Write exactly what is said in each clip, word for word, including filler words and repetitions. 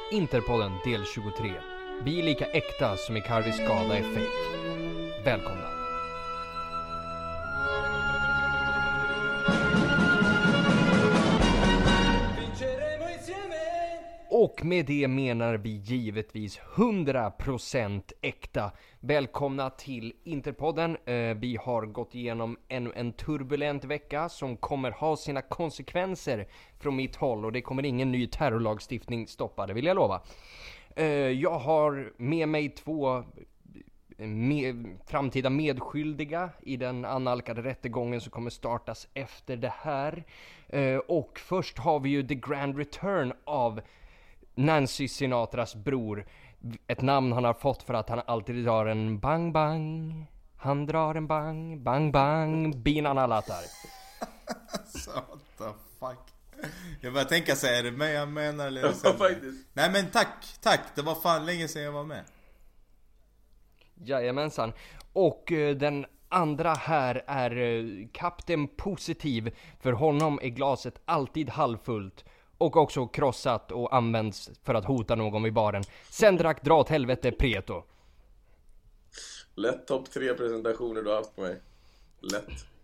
Interpodden del tjugotre. Vi är lika äkta som Icardis skada är fake. Välkomna. Och med det menar vi givetvis hundra procent äkta. Välkomna till Interpodden. Eh, vi har gått igenom ännu en turbulent vecka som kommer ha sina konsekvenser från mitt håll. Och det kommer ingen ny terrorlagstiftning stoppa, det vill jag lova. Eh, jag har med mig två med, framtida medskyldiga i den analkade rättegången som kommer startas efter det här. Eh, och först har vi ju The Grand Return av Nancy Sinatras bror. Ett namn han har fått för att han alltid drar en bang bang. Han drar en bang, bang bang. Binan alatar. Så what the fuck. Jag börjar tänka så, är det mig jag menar eller ja, faktiskt. Nej men tack, tack. Det var fan länge sedan jag var med. Jajamensan. Och uh, den andra här är uh, Kapten Positiv. För honom är glaset alltid halvfullt. Och också krossat och används för att hota någon vid baren. Sen drack dra åt helvete Preto. Lätt topp tre presentationer du har haft på mig. Lätt.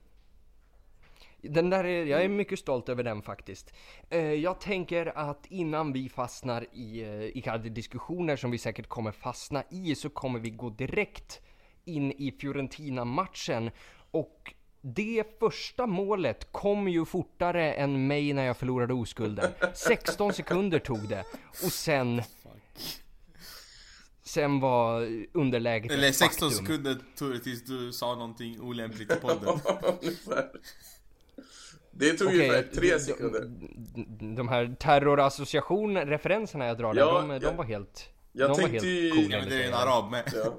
Den där är, jag är mycket stolt över den faktiskt. Eh, jag tänker att innan vi fastnar i eh, Icardi-diskussioner som vi säkert kommer fastna i, så kommer vi gå direkt in i Fiorentina-matchen. Och det första målet kom ju fortare än mig när jag förlorade oskulden. sexton sekunder tog det. Och sen Sen var underläget Eller ett sexton faktum. sekunder tog det tills du sa någonting olämpligt i podden. Det tog okay, ju för tre sekunder. De, de här terrorassociation-referenserna jag drar ja, de, de jag, var helt Jag de tänkte var ju helt ja, men det är en arab med. Ja.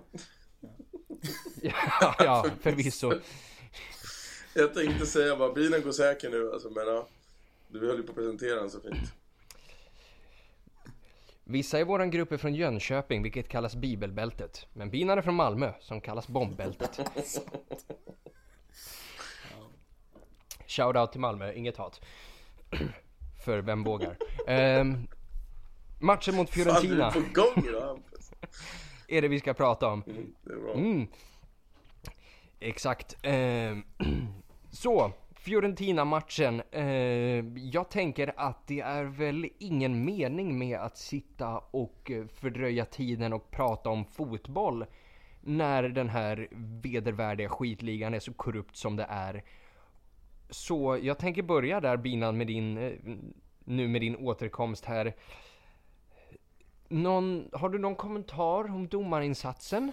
ja, ja, förvisso. Jag tänkte säga bara, bilen går säker nu alltså, men ja, du höll ju på att presentera den så fint. Vissa i våran grupp är från Jönköping, vilket kallas Bibelbältet. Men bilen är från Malmö, som kallas Bombbältet. Shoutout till Malmö, inget hat. För vem vågar. ehm, Matchen mot Fiorentina. Fan, du är på gång då. Är det vi ska prata om. Mm, det är bra. Mm. Exakt. ehm, Så Fiorentina-matchen. Eh, jag tänker att det är väl ingen mening med att sitta och fördröja tiden och prata om fotboll när den här vedervärdiga skitligan är så korrupt som det är. Så jag tänker börja där, Binan, med din, nu med din återkomst här. Någon, har du någon kommentar om domarinsatsen?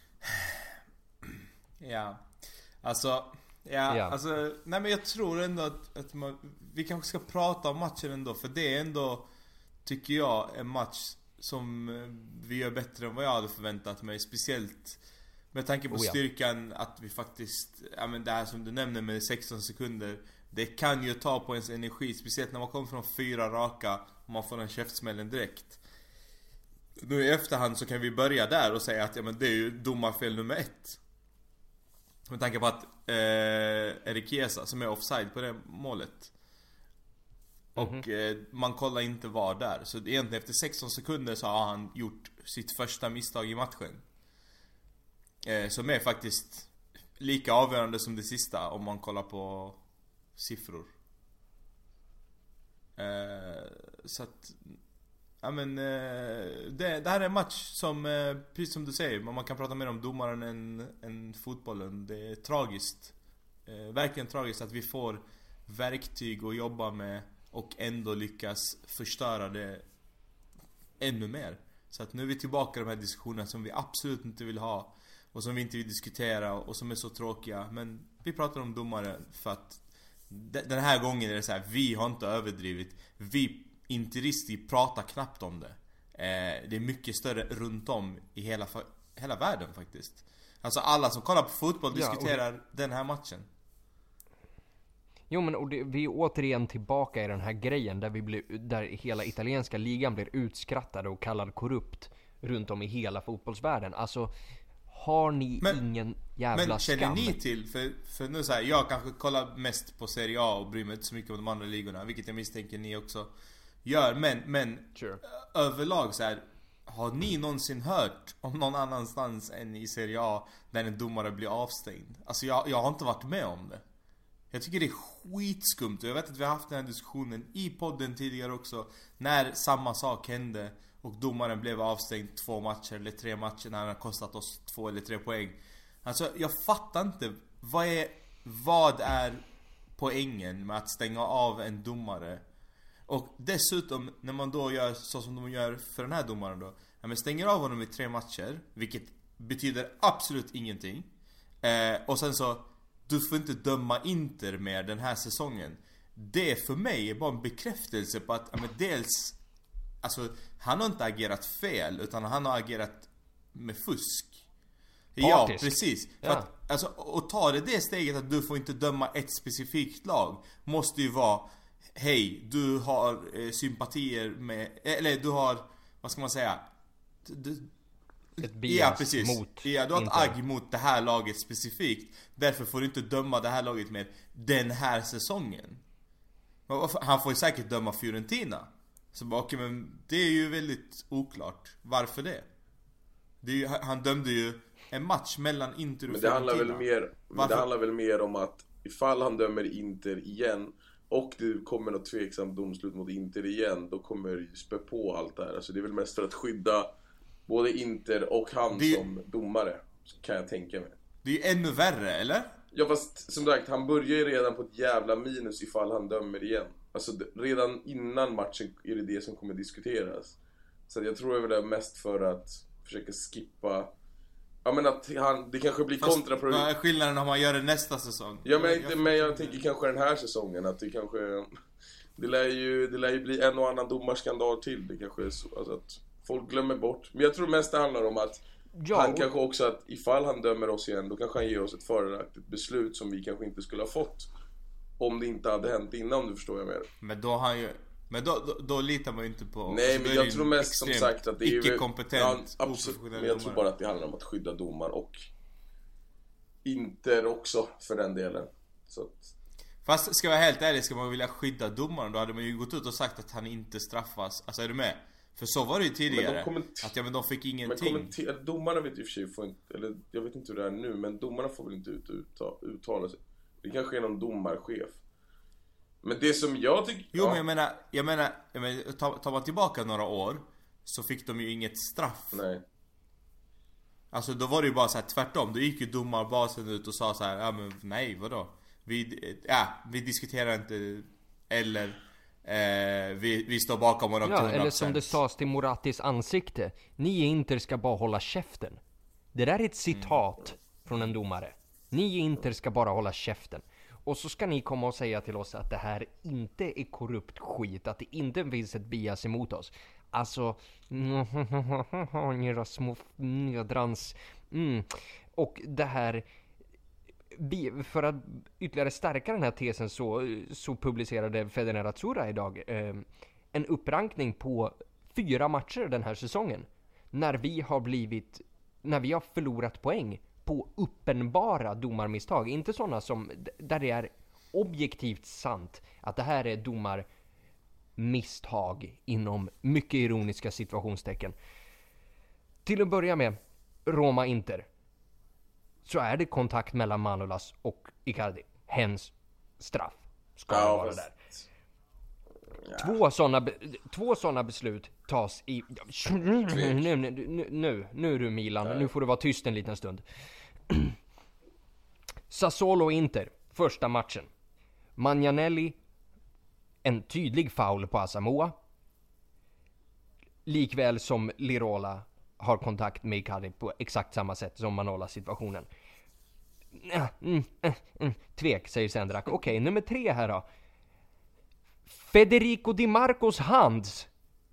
Ja, alltså Ja, ja. alltså, nej men jag tror ändå att, att man, vi kanske ska prata om matchen ändå. För det är ändå, tycker jag, en match som vi gör bättre än vad jag hade förväntat mig. Speciellt med tanke på oh ja. styrkan att vi faktiskt, ja men det här som du nämner med sexton sekunder, det kan ju ta på ens energi. Speciellt när man kommer från fyra raka och man får en käftsmällen direkt. Nu i efterhand så kan vi börja där och säga att ja men det är ju domarfel nummer ett. Med tanke på att eh, Erik Chiesa som är offside på det målet. Och mm-hmm. eh, man kollar inte var där. Så egentligen efter sexton sekunder så har han gjort sitt första misstag i matchen. Eh, som är faktiskt lika avgörande som det sista om man kollar på siffror. Eh, så att ja men eh, det, det här är en match som eh, precis som du säger, man kan prata mer om domaren än, än fotbollen. Det är tragiskt, eh, verkligen tragiskt att vi får verktyg att jobba med och ändå lyckas förstöra det ännu mer. Så att nu är vi tillbaka i de här diskussionerna som vi absolut inte vill ha och som vi inte vill diskutera och som är så tråkiga. Men vi pratar om domare för att den här gången är det så här, vi har inte överdrivit. Vi Interisti pratar knappt om det. eh, Det är mycket större runt om i hela, hela världen faktiskt. Alltså alla som kollar på fotboll diskuterar ja, det... den här matchen. Jo men och det, vi är återigen tillbaka i den här grejen där, vi blir, där hela italienska ligan blir utskrattade och kallad korrupt runt om i hela fotbollsvärlden. Alltså har ni men, ingen jävla men känner skam? ni till, för, för nu så här, jag kanske kollar mest på Serie A och bryr mig inte så mycket om de andra ligorna, vilket jag misstänker ni också. gör. Men, men Sure. överlag så här, har ni någonsin hört om någon annanstans än i Serie A där en domare blir avstängd? Alltså jag, jag har inte varit med om det. Jag tycker det är skitskumt. Jag vet att vi har haft den här diskussionen i podden tidigare också, när samma sak hände och domaren blev avstängd två matcher eller tre matcher när han har kostat oss två eller tre poäng. Alltså jag fattar inte. Vad är, vad är poängen med att stänga av en domare? Och dessutom när man då gör så som de gör för den här domaren då, ja, men stänger av honom i tre matcher, vilket betyder absolut ingenting, eh, och sen så du får inte döma Inter mer den här säsongen. Det för mig är bara en bekräftelse på att ja, men dels, alltså han har inte agerat fel, utan han har agerat med fusk. Ja, Partisk. precis. För Ja. att, alltså, och ta det det steget att du får inte döma ett specifikt lag, måste ju vara: hej, du har eh, sympatier med, eller du har, vad ska man säga, du, Ett bias ja, precis. mot Ja, du har ett Inter. agg mot det här laget specifikt. Därför får du inte döma det här laget med den här säsongen. Men varför- Han får ju säkert döma Fiorentina. Så bara, okej, men det är ju väldigt oklart. Varför det? det är ju, han dömde ju en match mellan Inter och Men det Fiorentina. handlar väl mer, men Varför? det handlar väl mer om att ifall han dömer Inter igen och det kommer något tveksamt domslut mot Inter igen, då kommer det ju spä på allt det här. Alltså det är väl mest för att skydda både Inter och han Det- som domare, kan jag tänka mig. Det är ju ännu värre, eller? Ja, fast som sagt, han börjar ju redan på ett jävla minus ifall han dömer igen. Alltså d- redan innan matchen är det det som kommer diskuteras. Så jag tror det är mest för att försöka skippa. Ja, men att han, det kanske blir Fast vad kontraproduktivt. är skillnaden om man gör det nästa säsong? Ja, men, Jag- jag, men jag tänker kanske den här säsongen att det kanske det lär ju, det lär ju bli en och annan domarskandal till. Det kanske är så, alltså att folk glömmer bort. Men jag tror mest det handlar om att Ja, han och- kanske också, att ifall han dömer oss igen, då kanske han ger oss ett fördelaktigt beslut som vi kanske inte skulle ha fått om det inte hade hänt innan, om du förstår jag mer. Men då har han ju... Men då, då, då litar man ju inte på... Nej, alltså, men då är jag det tror en mest som extremt sagt att det är ju icke-kompetent, ja, absolut, oprofessionell men jag tror domare. bara att det handlar om att skydda domar och Inter också för den delen. Så att, Fast ska jag vara helt ärlig, ska man vilja skydda domaren, då hade man ju gått ut och sagt att han inte straffas. Alltså är du med? För så var det ju tidigare. kommenter- Att ja, men de fick men ingenting. kommenter- domarna vet ju i och för sig får inte, eller jag vet inte hur det är nu, men domarna får väl inte ut, utta, uttala sig. Det kanske är någon domarchef. Men det som jag tycker... Jo, ja, men jag menar, jag menar, jag menar tar, tar man tillbaka några år, så fick de ju inget straff. Nej. Alltså då var det ju bara så här tvärtom. Då gick ju domarbasen ut och sa så här: ja men nej, vadå? Vi, ja, vi diskuterar inte. Eller eh, vi, vi står bakom honom till Ja, hundra procent. eller som det sades till Morattis ansikte: ni i Inter ska bara hålla käften. Det där är ett citat Mm. från en domare. Ni i Inter ska bara hålla käften. Och så ska ni komma och säga till oss att det här inte är korrupt skit, att det inte finns ett bias emot oss. Alltså, era små nedrans. Mm. Och det här, vi- för att ytterligare stärka den här tesen, så, så publicerade Federazione idag eh, en upprankning på fyra matcher den här säsongen. När vi har blivit, när vi har förlorat poäng på uppenbara domarmisstag. Inte sådana som, där det är objektivt sant att det här är domarmisstag inom mycket ironiska situationstecken. Till att börja med, Roma-Inter. Så är det kontakt mellan Manolas och Icardi. Hens straff ska Ja, vara fast- där. Två sådana be- två sådana beslut tas i... Nu, nu, nu, nu, nu är du Milan, nu får du vara tyst en liten stund. Sassuolo och Inter, första matchen. Magnanelli, en tydlig foul på Asamoah. Likväl som Lirola har kontakt med Icardi på exakt samma sätt som Manola-situationen. Mm, mm, mm. Tvek, säger Sendrak. Okej, nummer tre här då. Federico Di Marcos hands.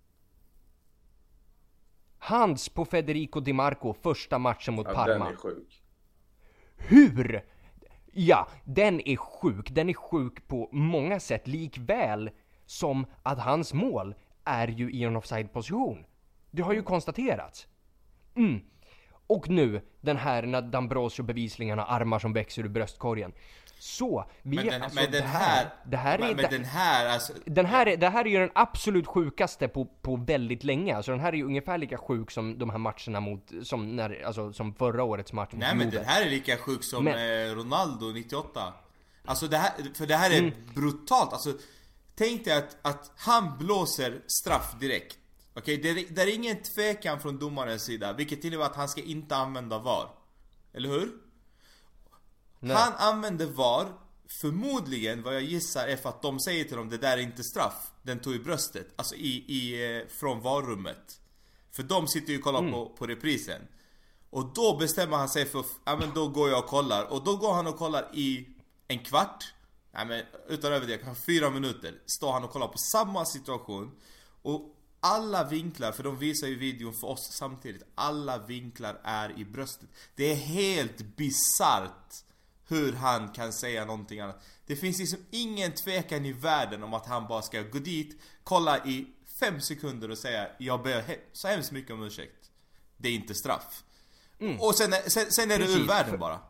Hands på Federico Di Marco första matchen mot Ja, Parma. den är sjuk. Hur? Ja, den är sjuk. Den är sjuk på många sätt, likväl som att hans mål är ju i en offside-position. Det har ju konstaterats. Mm. Och nu, den här när D'Ambrosio bevisligen har armar som växer ur bröstkorgen. Så, vi, Men den, alltså, men den det här, här, det här men, är... men den här, alltså, Den här, är, det här är ju den absolut sjukaste på, på väldigt länge. Alltså den här är ju ungefär lika sjuk som de här matcherna mot, som, när, alltså, som förra årets match mot nej men Juve. den här är lika sjuk som Men- eh, Ronaldo nittioåtta. Alltså det här, för det här är Mm. brutalt. Alltså, tänk dig att, att han blåser straff direkt. Okej, det, är- det är ingen tvekan från domarens sida, vilket innebär att han ska inte använda V A R. Eller hur? Nej. Han använder V A R, förmodligen vad jag gissar är för att de säger till dem det där är inte straff. Den tog i bröstet, alltså i, i, eh, från V A R-rummet. För de sitter ju och kollar Mm. på, på reprisen. Och då bestämmer han sig för, ja men då går jag och kollar. Och då går han och kollar i en kvart. Ja men utan överdrift, kanske fyra minuter. Står han och kollar på samma situation. Och alla vinklar, för de visar ju videon för oss samtidigt. Alla vinklar är i bröstet. Det är helt bizarrt hur han kan säga någonting annat. Det finns liksom ingen tvekan i världen om att han bara ska gå dit, kolla i fem sekunder och säga jag ber he- så hemskt mycket om ursäkt. Det är inte straff. Mm. Och sen, är- sen, sen är det Precis, ur världen för- bara.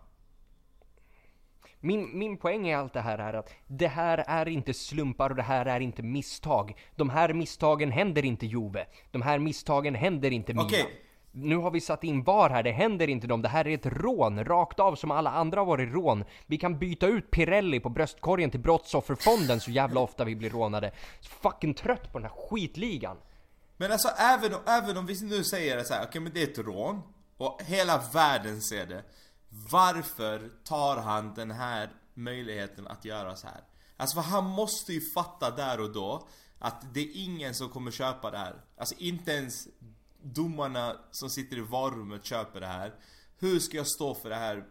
Min, min poäng i allt det här är att det här är inte slumpar och det här är inte misstag. De här misstagen händer inte Juve. De här misstagen händer inte Milan. Okej. Nu har vi satt in V A R här, det händer inte dem. Det här är ett rån, rakt av som alla andra har varit rån. Vi kan byta ut Pirelli på bröstkorgen till brottsofferfonden så jävla ofta vi blir rånade. Så fucking trött på den här skitligan. Men alltså även, om- även om vi nu säger det så här, okej men det är ett rån och hela världen ser det. Varför tar han den här möjligheten att göra så här? Alltså för han måste ju fatta där och då att det är ingen som kommer köpa det här. Alltså inte ens domarna som sitter i varummet köper det här. Hur ska jag stå för det här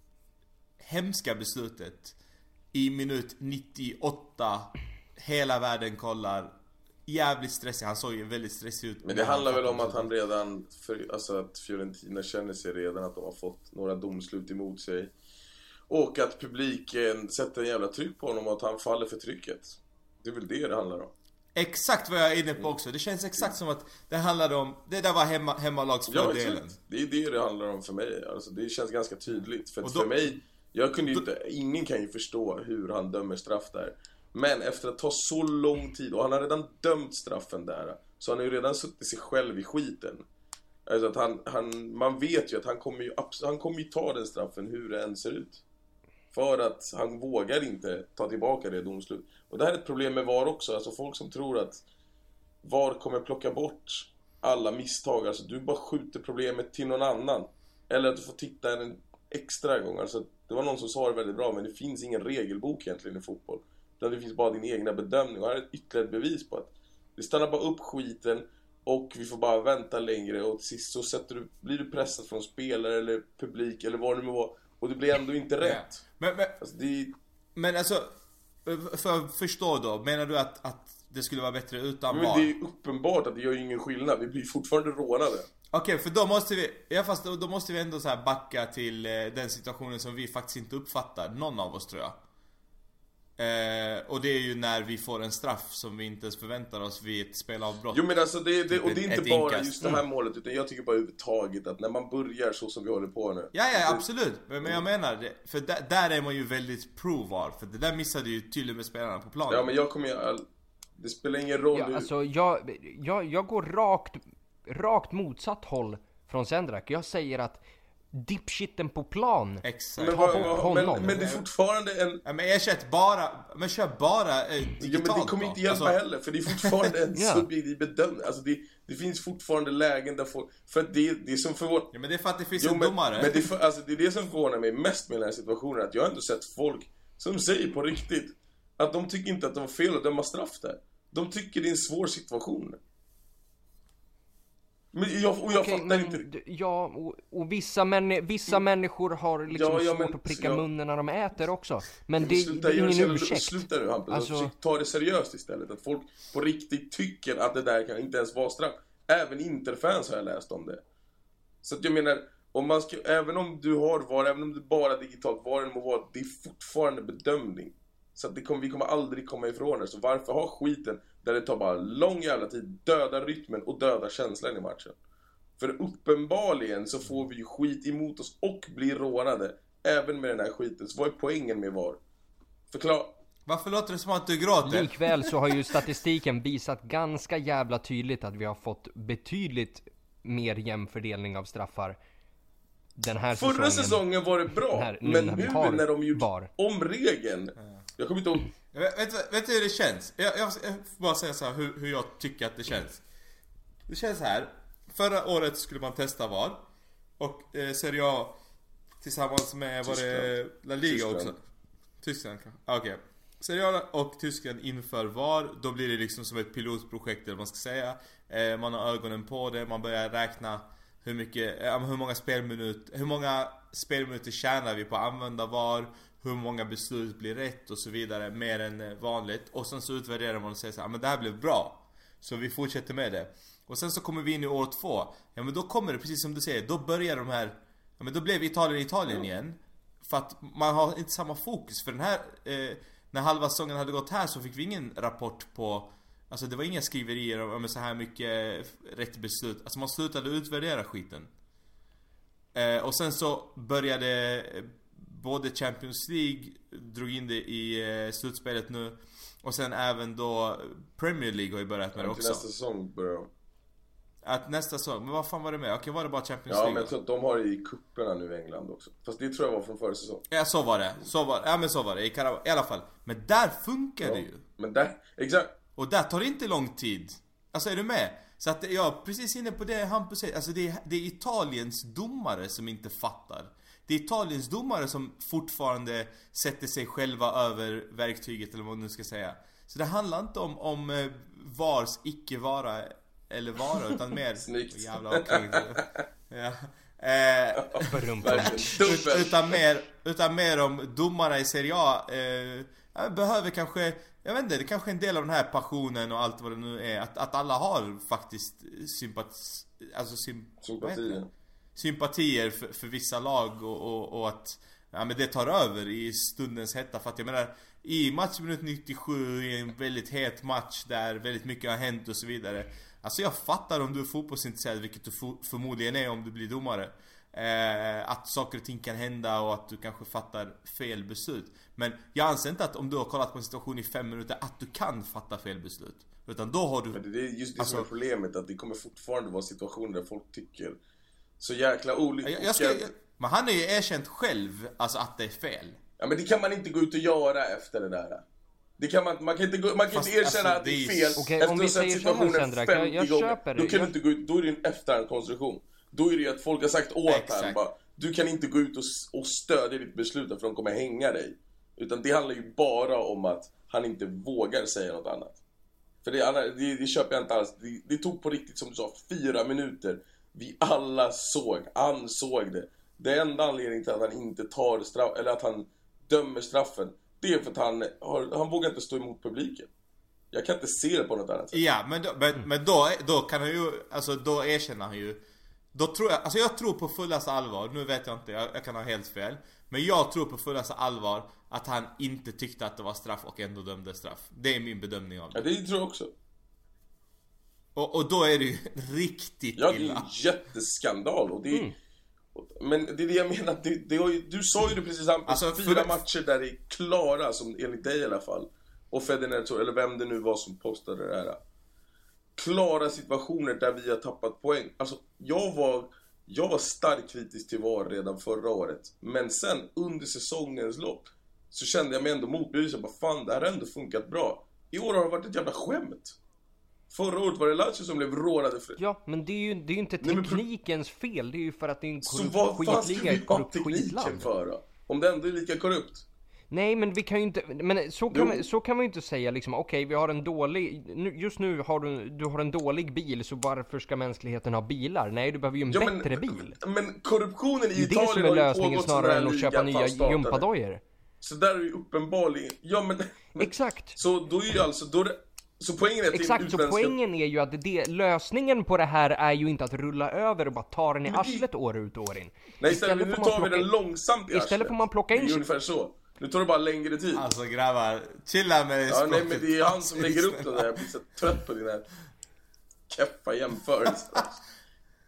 hemska beslutet i minut nittioåtta? Hela världen kollar. Jävligt stressig, han såg ju väldigt stressig ut. Men det handlar väl om att han redan, för, alltså att Fiorentina känner sig redan att de har fått några domslut emot sig. Och att publiken sätter en jävla tryck på honom och att han faller för trycket. Det är väl det det handlar om. Exakt vad jag är inne på också. Det känns exakt som att det handlade om, det där var hemma, Ja, hemmalagsfördelen. exakt. Det är det det handlar om för mig. Alltså, det känns ganska tydligt. För, att Och då- för mig, jag kunde ju inte, ingen kan ju förstå hur han dömer straff där. Men efter att ta så lång tid, och han har redan dömt straffen där, så han har ju redan suttit sig själv i skiten. Alltså att han, han, man vet ju att han kommer ju, abs- han kommer ju ta den straffen hur det än ser ut. För att han vågar inte ta tillbaka det domslut. Och det här är ett problem med V A R också. Alltså folk som tror att V A R kommer plocka bort alla misstag. Alltså du bara skjuter problemet till någon annan. Eller att du får titta en extra gång. Alltså det var någon som sa det väldigt bra, men det finns ingen regelbok egentligen i fotboll. Utan det finns bara din egna bedömning. Och här är ett ytterligare bevis på att det stannar bara upp skiten och vi får bara vänta längre. Och till sist så sätter du, blir du pressad från spelare eller publik eller vad det nu var. Och det blir ändå inte rätt. Men, men, Alltså det, men alltså, för att förstå då, menar du att, att det skulle vara bättre utan V A men det är R? ju uppenbart att det gör ju ingen skillnad. Vi blir fortfarande rånade. Okej, för då måste vi, ja fast då, då måste vi ändå så här backa till eh, den situationen som vi faktiskt inte uppfattar, någon av oss tror jag. Eh, och det är ju när vi får en straff som vi inte ens förväntar oss vid ett spelavbrott. Jo men alltså det, det, och det är Ett inte bara inkast. just det här målet, utan jag tycker bara överhuvudtaget att när man börjar så som vi håller på nu. Ja, ja, det, absolut. Men, men jag menar, det, för där, där är man ju väldigt pro-V A R. För det där missade ju tydligt med spelarna på planen. Ja men jag kommer ju, all- det spelar ingen roll. Ja, du, alltså jag, jag, jag går rakt, rakt motsatt håll från Sendrak. Jag säger att dipshitten på plan. Exakt. men, ta vad- bort vad- honom. men, men det är fortfarande en... Ja, men ersätt bara, men kör bara eh, digitalt Ja men det kommer då. inte hjälpa Alltså, heller, för det är fortfarande en Ja. subjektiv bedömning. Alltså det, det finns fortfarande lägen där folk... För att det, det är som förvånar... Ja men det är för att det finns Jo, en men, domare. men det, är för, alltså, det är det som förvånar mig mest med den här situationen. Att jag har ändå sett folk som säger på riktigt att de tycker inte att det var fel att döma straff där. De tycker det är en svår situation. Men jag, och jag Okej, fattar men, inte. d- Ja, och, och vissa, män, vissa människor har liksom Ja, ja, svårt men- att pricka ja. munnen när de äter också. Men det, Sluta, det är jag ingen känner- ursäkt. Sluta nu Hampus, Alltså- alltså... ta det seriöst istället. Att folk på riktigt tycker att det där kan inte ens vara straff. Även Interfans har jag läst om det. Så att jag menar, om man ska, även om du har V A R, även om du bara digitalt var det må vara, det är fortfarande bedömning. Så att det kommer, vi kommer aldrig komma ifrån det. Så varför ha skiten där det tar bara lång jävla tid, döda rytmen och döda känslan i matchen? För uppenbarligen så får vi ju skit emot oss och blir rånade även med den här skiten. Så vad är poängen med V A R? Förklara. Varför låter det som att du gråter? Likväl så har ju statistiken visat ganska jävla tydligt att vi har fått betydligt mer jämn fördelning av straffar den här Förra säsongen. säsongen var det bra, här, nu men när vi nu har när de gjort V A R. om regeln. Jag kommer inte ihåg. Vet, vet, vet du hur det känns? Jag, jag, jag får bara säga så här, hur, hur jag tycker att det känns. Det känns så här. Förra året skulle man testa V A R. Och eh, Serie A tillsammans med var det La Liga Tyskland. också. Tyskland kanske. Ah, okej. Okay. Serie A och Tyskland inför V A R. Då blir det liksom som ett pilotprojekt eller man ska säga. Eh, man har ögonen på det. Man börjar räkna hur mycket, eh, hur många spelminuter, hur många spelminuter tjänar vi på att använda V A R. Hur många beslut blir rätt och så vidare. Mer än vanligt. Och sen så utvärderar man och säger så här, men det här blev bra. Så vi fortsätter med det. Och sen så kommer vi in i år två. Ja men då kommer det, precis som du säger, då börjar de här. Ja men då blev Italien Italien mm. igen. För att man har inte samma fokus. För den här, eh, när halva säsongen hade gått här så fick vi ingen rapport på. Alltså det var inga skriverier om, om så här mycket rätt beslut. Alltså man slutade utvärdera skiten. eh, Och sen så började eh, både Champions League drog in det i eh, slutspelet nu. Och sen även då Premier League har ju börjat med det också. Nästa säsong börjar de. Att nästa säsong, men vad fan var det med? Okej, var det bara Champions Ja, League? men jag tror att de har det i kupperna nu i England också. Fast det tror jag var från förra säsong. Ja, så var det. Så var, ja men så var det i Carab- i alla fall. Men där funkar Ja, det ju. men där, exakt. Och där tar det inte lång tid. Alltså är du med? Så att jag är precis inne på det Hampus säger. Alltså det är, det är Italiens domare som inte fattar. Det är Italiens domare som fortfarande sätter sig själva över verktyget eller vad man nu ska säga. Så det handlar inte om, om eh, vars icke vara eller vara utan mer Snyggt. jävla okej. Ja. Eh, ut, utan mer utan mer om domarna i Serie A eh, behöver kanske, jag vet inte, det kanske är en del av den här passionen och allt vad det nu är att, att alla har faktiskt sympati, alltså sym, Sympatier. sympatier för, för vissa lag och, och, och att ja, men det tar över i stundens hetta. För att jag menar, i matchminut nittiosju i en väldigt het match där väldigt mycket har hänt och så vidare. Alltså jag fattar om du är fotbollsintresserad, vilket du förmodligen är om du blir domare, eh, att saker och ting kan hända och att du kanske fattar fel beslut. Men jag anser inte att om du har kollat på en situation i fem minuter att du kan fatta fel beslut. Utan då har du... Men det är just det alltså, som är problemet, att det kommer fortfarande vara situationer där folk tycker så jäkla olika. jag, jag ska, jag, men han är ju erkänt själv alltså att det är fel. Ja, men det kan man inte gå ut och göra efter det där. Det kan man, man kan inte, gå, man kan Fast, inte erkänna alltså, att det är det är- fel Okej, efter om vi att ha sett säger så här, situationen Sendrak, femtio jag- jag gånger. köper det. Då kan Jag- du inte gå ut, då är det en efterhandkonstruktion. Då är det ju att folk har sagt åt Exakt. han bara, du kan inte gå ut och, och stödja ditt beslut för de kommer hänga dig. Utan det handlar ju bara om att han inte vågar säga något annat. För det, det, det köper jag inte alls. Det, det tog på riktigt, som du sa, fyra minuter. Vi alla såg, han såg det. Det enda anledningen till att han inte tar straff, eller att han dömer straffen, det är för att han, har, han vågar inte stå emot publiken. Jag kan inte se det på något annat sätt. Ja, men då, men, men då, då kan han ju, alltså då erkänner han ju. Då tror jag, alltså jag tror på fullaste allvar, nu vet jag inte, jag, jag kan ha helt fel. Men jag tror på fullaste allvar att han inte tyckte att det var straff och ändå dömde straff. Det är min bedömning av det. Ja, det tror jag också. Och, och då är det ju riktigt Ja, det är illa. en jätteskandal. Och det är, Mm. Men det är det jag menar, det, det har ju, du sa ju det precis, Hampus, Alltså, för fyra det- matcher matcher där det är klara, som enligt dig i alla fall, och Federer, eller vem det nu var som postade det här, klara situationer där vi har tappat poäng. Alltså jag var Jag var starkt kritisk till V A R redan förra året. Men sen under säsongens lopp så kände jag mig ändå motbevisad. Bara fan, det här har ändå funkat bra. I år har det varit ett jävla skämt. Förra året var det Lazio som blev rånade för... Ja, men det är ju, det är ju inte Nej, men- teknikens fel. Det är ju för att det är en Så korrupt vad fan ska skitliga, vi ett ha korrupt tekniken skitland. för då? Om det ändå är lika korrupt. Nej, men vi kan ju inte, men så kan, Jo. man, så kan man ju inte säga liksom, okej, vi har en dålig, nu, just nu har du, du har en dålig bil, så varför ska mänskligheten ha bilar? Nej, du behöver ju en Ja, men- bättre bil. Men korruptionen i Det är Italien det som är har ju lösningen pågått snarare sedan än att den köpa här nya ligan fan startade. gympadojor. Så där är ju uppenbarligen... Ja men... men Exakt. Så då är ju alltså... Då är det, så poängen är att Exakt, så utländska... poängen är ju att det, lösningen på det här är ju inte att rulla över och bara ta den i Men det- arslet år ut och år in. Nej, istället, nu får man tar vi plocka- den långsamt i Istället arslet. får man plocka in Det är sig- ungefär så. Nu tar det bara längre tid. Alltså grabbar, chilla med Ja, nej, men det är han som lägger upp den där. Jag blir så trött på dina keffa jämförelser.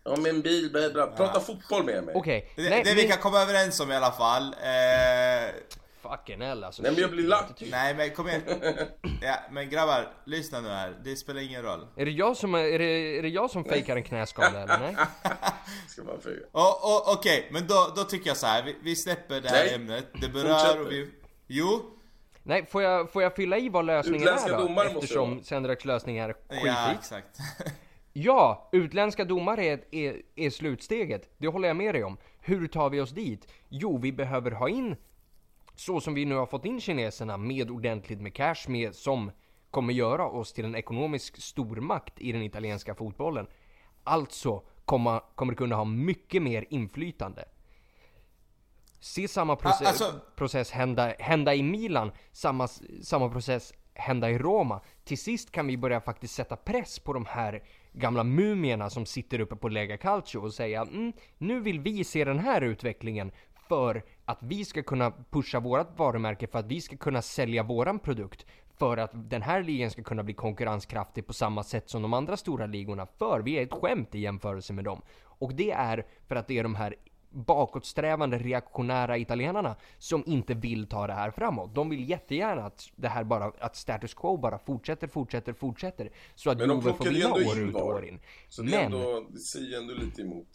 Ja, med en bil, bla, bla. Prata ja. fotboll med mig. Okej. Det, Nej, det men... vi kan komma överens om i alla fall. Eh... Fucking hell alltså. Nej, men jag blir lack. Nej, men kom igen. Ja, men grabbar, lyssna nu här. Det spelar ingen roll. Är det jag som, är det, är det jag som fejkar en knäskada eller nej? Ska man fejka? Oh, oh, Okej, okay. men då, då tycker jag så här. Vi, vi släpper det här nej. ämnet. Det berör och vi... Jo. Nej, får jag, får jag fylla i vad lösningen utländska är då? Domare eftersom Sendraks lösning är skitig. Ja, exakt. Ja, utländska domare är, är, är slutsteget. Det håller jag med dig om. Hur tar vi oss dit? Jo, vi behöver ha in, så som vi nu har fått in kineserna, med ordentligt med cash, med, som kommer göra oss till en ekonomisk stormakt i den italienska fotbollen. Alltså kommer, kommer kunna ha mycket mer inflytande. Se samma process, alltså... process hända, hända i Milan, samma, samma process hända i Roma. Till sist kan vi börja faktiskt sätta press på de här gamla mumierna som sitter uppe på Lega Calcio och säga mm, nu vill vi se den här utvecklingen för att vi ska kunna pusha vårat varumärke, för att vi ska kunna sälja våran produkt, för att den här ligan ska kunna bli konkurrenskraftig på samma sätt som de andra stora ligorna, för vi är ett skämt i jämförelse med dem. Och det är för att det är de här bakåtsträvande reaktionära italienarna som inte vill ta det här framåt. De vill jättegärna att det här bara, att status quo bara fortsätter, fortsätter, fortsätter, så att Juve får vinna år ut och år in. Så det, Men, ändå, det säger ändå lite emot.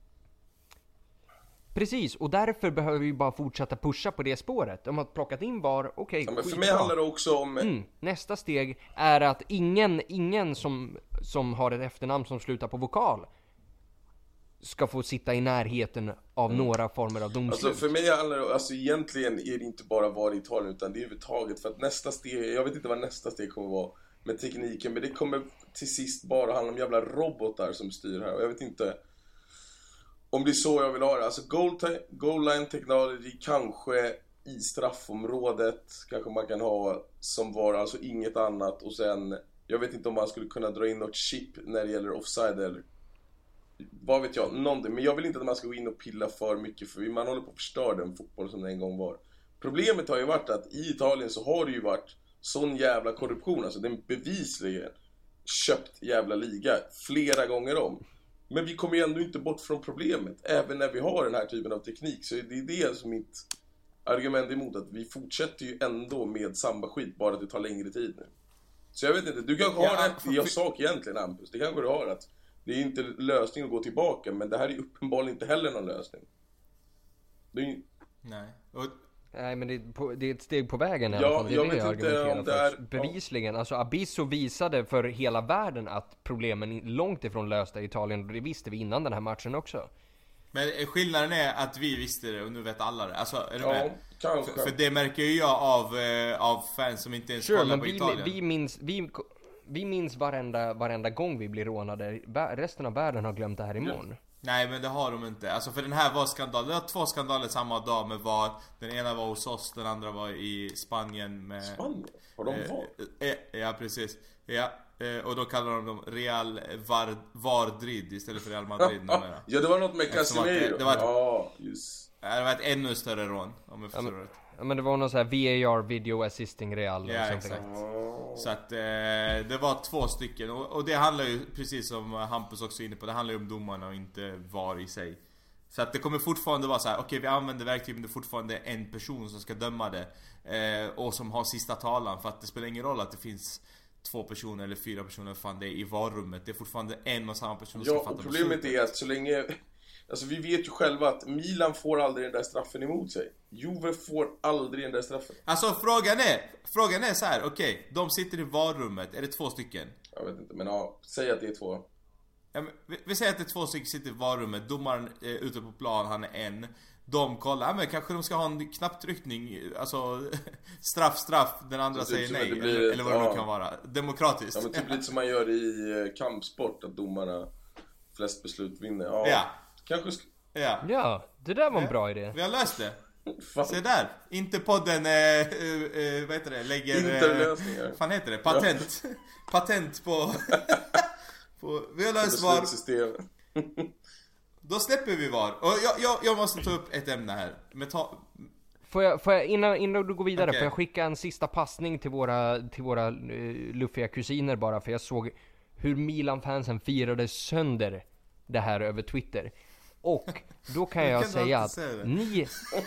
Precis, och därför behöver vi bara fortsätta pusha på det spåret. De har plockat in var, okej, okay, ja, för mig handlar det också om... Mm, nästa steg är att ingen, ingen som, som har ett efternamn som slutar på vokal ska få sitta i närheten av mm. några former av domslut. Alltså för mig handlar det, alltså egentligen är det inte bara var i Italien, utan det är överhuvudtaget, för att nästa steg, jag vet inte vad nästa steg kommer vara med tekniken, men det kommer till sist bara handla om jävla robotar som styr här, och jag vet inte om det är så jag vill ha det. Alltså goal, te- goal line technology kanske i straffområdet kanske man kan ha som var, alltså inget annat, och sen jag vet inte om man skulle kunna dra in något chip när det gäller offside eller vad vet jag, någonting. Men jag vill inte att man ska gå in och pilla för mycket, för man håller på att förstöra den fotboll som det en gång var. Problemet har ju varit att i Italien så har det ju varit sån jävla korruption, alltså den bevisligen köpt jävla liga flera gånger om. Men vi kommer ju ändå inte bort från problemet, även när vi har den här typen av teknik. Så det är det som mitt argument emot, att vi fortsätter ju ändå med samma skit, bara att det tar längre tid nu. Så jag vet inte, du kanske har ja, rätt i jag sak egentligen, Hampus. Det kanske du har, att det är inte lösning att gå tillbaka, men det här är uppenbarligen inte heller någon lösning. Det är ju... Nej. Och... Nej, men det är, på, det är ett steg på vägen i ja, alla fall. Det är jag det vet jag argumenterar inte om för. det är... Bevisligen, alltså Abisso visade för hela världen att problemen långt ifrån lösta i Italien, och det visste vi innan den här matchen också. Men skillnaden är att vi visste det och nu vet alla det. Alltså, är du ja, med? Kanske. För, för det märker ju jag av, eh, av fans som inte ens sure, kollar men på vi, Italien. vi minns... Vi, Vi minns varenda, varenda gång vi blir rånade. Resten av världen har glömt det här imorgon. Ja. Nej, men det har de inte. Alltså för den här var skandal. Det var två skandaler samma dag med var. Den ena var hos oss, den andra var i Spanien med... Spanien? Har de var? Eh, eh, ja, precis. Ja, eh, och då kallar de dem Real Var, Vardrid istället för Real Madrid numera. Ja, det var något med Casemiro. Det var ett, ja, just. Det var ett ännu större rån, om jag förstår ja, rätt. Ja, men det var någon sån här V A R, Video Assisting Real. Ja, exakt. Så att eh, det var två stycken. Och, och det handlar ju, precis som Hampus också är inne på, det handlar ju om domarna och inte var i sig. Så att det kommer fortfarande vara så här: okej, okay, vi använder verktyg, men det är fortfarande en person som ska döma det. Eh, och som har sista talan. För att det spelar ingen roll att det finns två personer eller fyra personer, fan det är i varummet. Det är fortfarande en och samma person som ja, ska fatta beslutet. Ja, problemet är att så länge... Alltså vi vet ju själva att Milan får aldrig den där straffen emot sig. Juve får aldrig den där straffen. Alltså frågan är, frågan är så här: okej, okay, de sitter i varummet, är det två stycken? Jag vet inte, men ja, säg att det är två. Ja, men vi, vi säger att det är två stycken sitter i varummet, domaren är ute på plan, han är en. De kollar, ja, men kanske de ska ha en knapptryckning, alltså straff, straff, den andra säger typ nej, blir, eller, eller vad det ja. nu kan vara. Demokratiskt. Ja, men typ lite som man gör i kampsport, att domarna flest beslut vinner. Ja. ja. Kanske sk- ja. ja, det där var en bra idé. Vi har löst det. Fan. Se där, inte podden eh, eh, vad heter det? Lägger interlösningar. Eh, fan heter det? Patent. Ja. Patent på, på vi har löst var. Då släpper vi var. Och jag, jag, jag måste ta upp ett ämne här. Meta- Får jag, får jag innan, innan du går vidare, okay. får jag skicka en sista passning till våra, till våra uh, luffiga kusiner bara, för jag såg hur Milan-fansen firade sönder det här över Twitter. Och då kan jag kan säga att säga ni...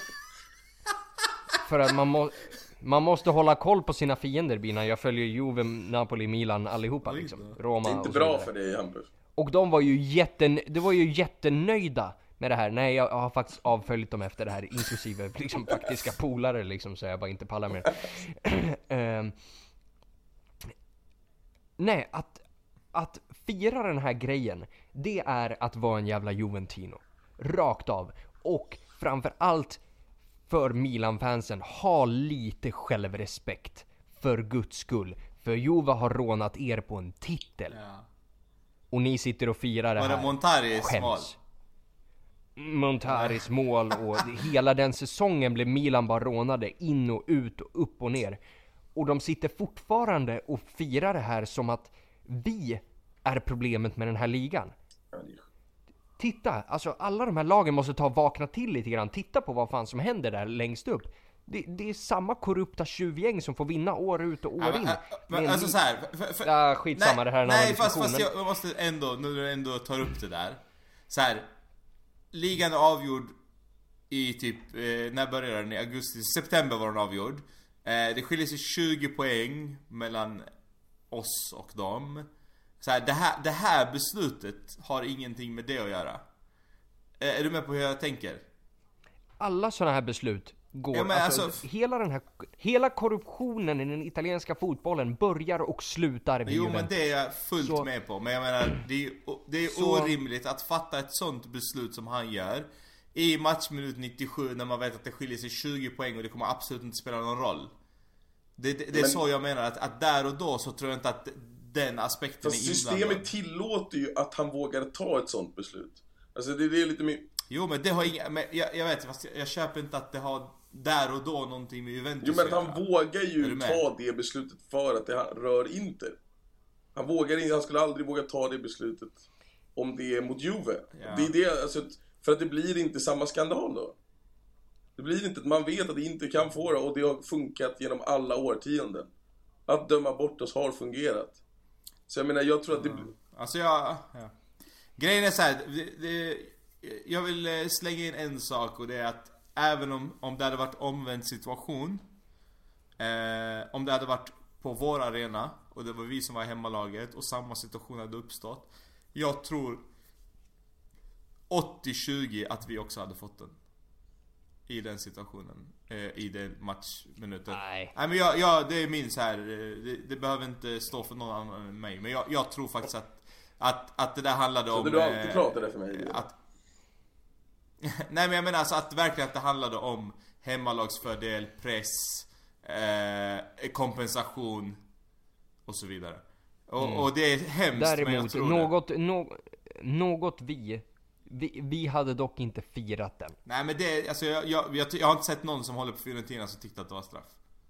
För att man, må, man måste hålla koll på sina fiender, Bina. Jag följer Juve, Napoli, Milan, allihopa liksom. Roma Det är inte och så bra vidare. för dig, Hampus. Och de var ju jätten, det var ju jättenöjda med det här. Nej, jag har faktiskt avföljt dem efter det här, inklusive liksom faktiska polare liksom, så jag bara inte pallar mer. um, nej, att, att fira den här grejen, det är att vara en jävla Juventino. Rakt av. Och framför allt för Milan-fansen, ha lite självrespekt. För Guds skull. För Juve har rånat er på en titel. Ja. Och ni sitter och firar det Var här. det Montaris Skäms. mål? Montaris mål och hela den säsongen blev Milan bara rånade in och ut och upp och ner. Och de sitter fortfarande och firar det här som att vi är problemet med den här ligan. Titta, alltså alla de här lagen måste ta och vakna till lite grann. Titta på vad fan som händer där längst upp. Det, det är samma korrupta tjuvgäng som får vinna år ut och år Ja, in. men, men, Men alltså li- så här, för, för, Ja, skitsamma, nej, det här är en nej, annan fast, diskussion, fast men- jag, jag måste ändå, när du ändå tar upp det där. Så här, ligan är avgjord i typ, eh, när började den? I augusti, september var den avgjord. Eh, det skiljer sig tjugo poäng mellan oss och dem. Så här, det här, det här beslutet har ingenting med det att göra. Eh, är du med på hur jag tänker? Alla sådana här beslut går, Ja, men alltså, alltså- hela den här, hela korruptionen i den italienska fotbollen börjar och slutar vid Jo, men Juventus. det är jag fullt Så- med på. Men jag menar, det är, det är Så- orimligt att fatta ett sånt beslut som han gör i matchminut nittiosju när man vet att det skiljer sig tjugo poäng och det kommer absolut inte spela någon roll. Det, det, det är Men- så jag menar, att, att där och då så tror jag inte att den aspekten Fast är inblandad. systemet tillåter ju att han vågar ta ett sånt beslut. Alltså det, det är lite mer... Jo, men det har inga, men jag, jag vet, fast jag, jag köper inte att det har där och då någonting med Juventus Jo, men att han göra. vågar Är ju du med? ta det beslutet för att det rör Inter. Han vågar inte, han skulle aldrig våga ta det beslutet om det är mot Juve. Ja. Det är det, alltså, för att det blir inte samma skandal då. Det blir inte, man vet att det inte kan få det, och det har funkat genom alla årtionden. Att döma bort oss har fungerat. Så jag menar, jag tror att det blir... Alltså jag... Ja. Grejen är så här, det, det, jag vill eh, slänga in en sak, och det är att även om, om det hade varit omvänd situation, eh, om det hade varit på vår arena och det var vi som var hemmalaget och samma situation hade uppstått, jag tror åttio tjugo att vi också hade fått den i den situationen, eh, i den matchminuten. Nej. Nej, men jag, jag, det är min så här, eh, det, det behöver inte stå för någon annan än mig, men jag, jag tror faktiskt att att, att det där handlade Så om... det du alltid eh, pratade för mig. att, Nej, men jag menar alltså att verkligen att det handlade om hemmalagsfördel, press, eh, kompensation och så vidare. Och, Mm. och det är hemskt, men jag Däremot, tror något, no, något vi, vi, vi hade dock inte firat den. det. Nej, men det, alltså jag, jag, jag, jag har inte sett någon som håller på Fiorentina som tyckte att det var straff.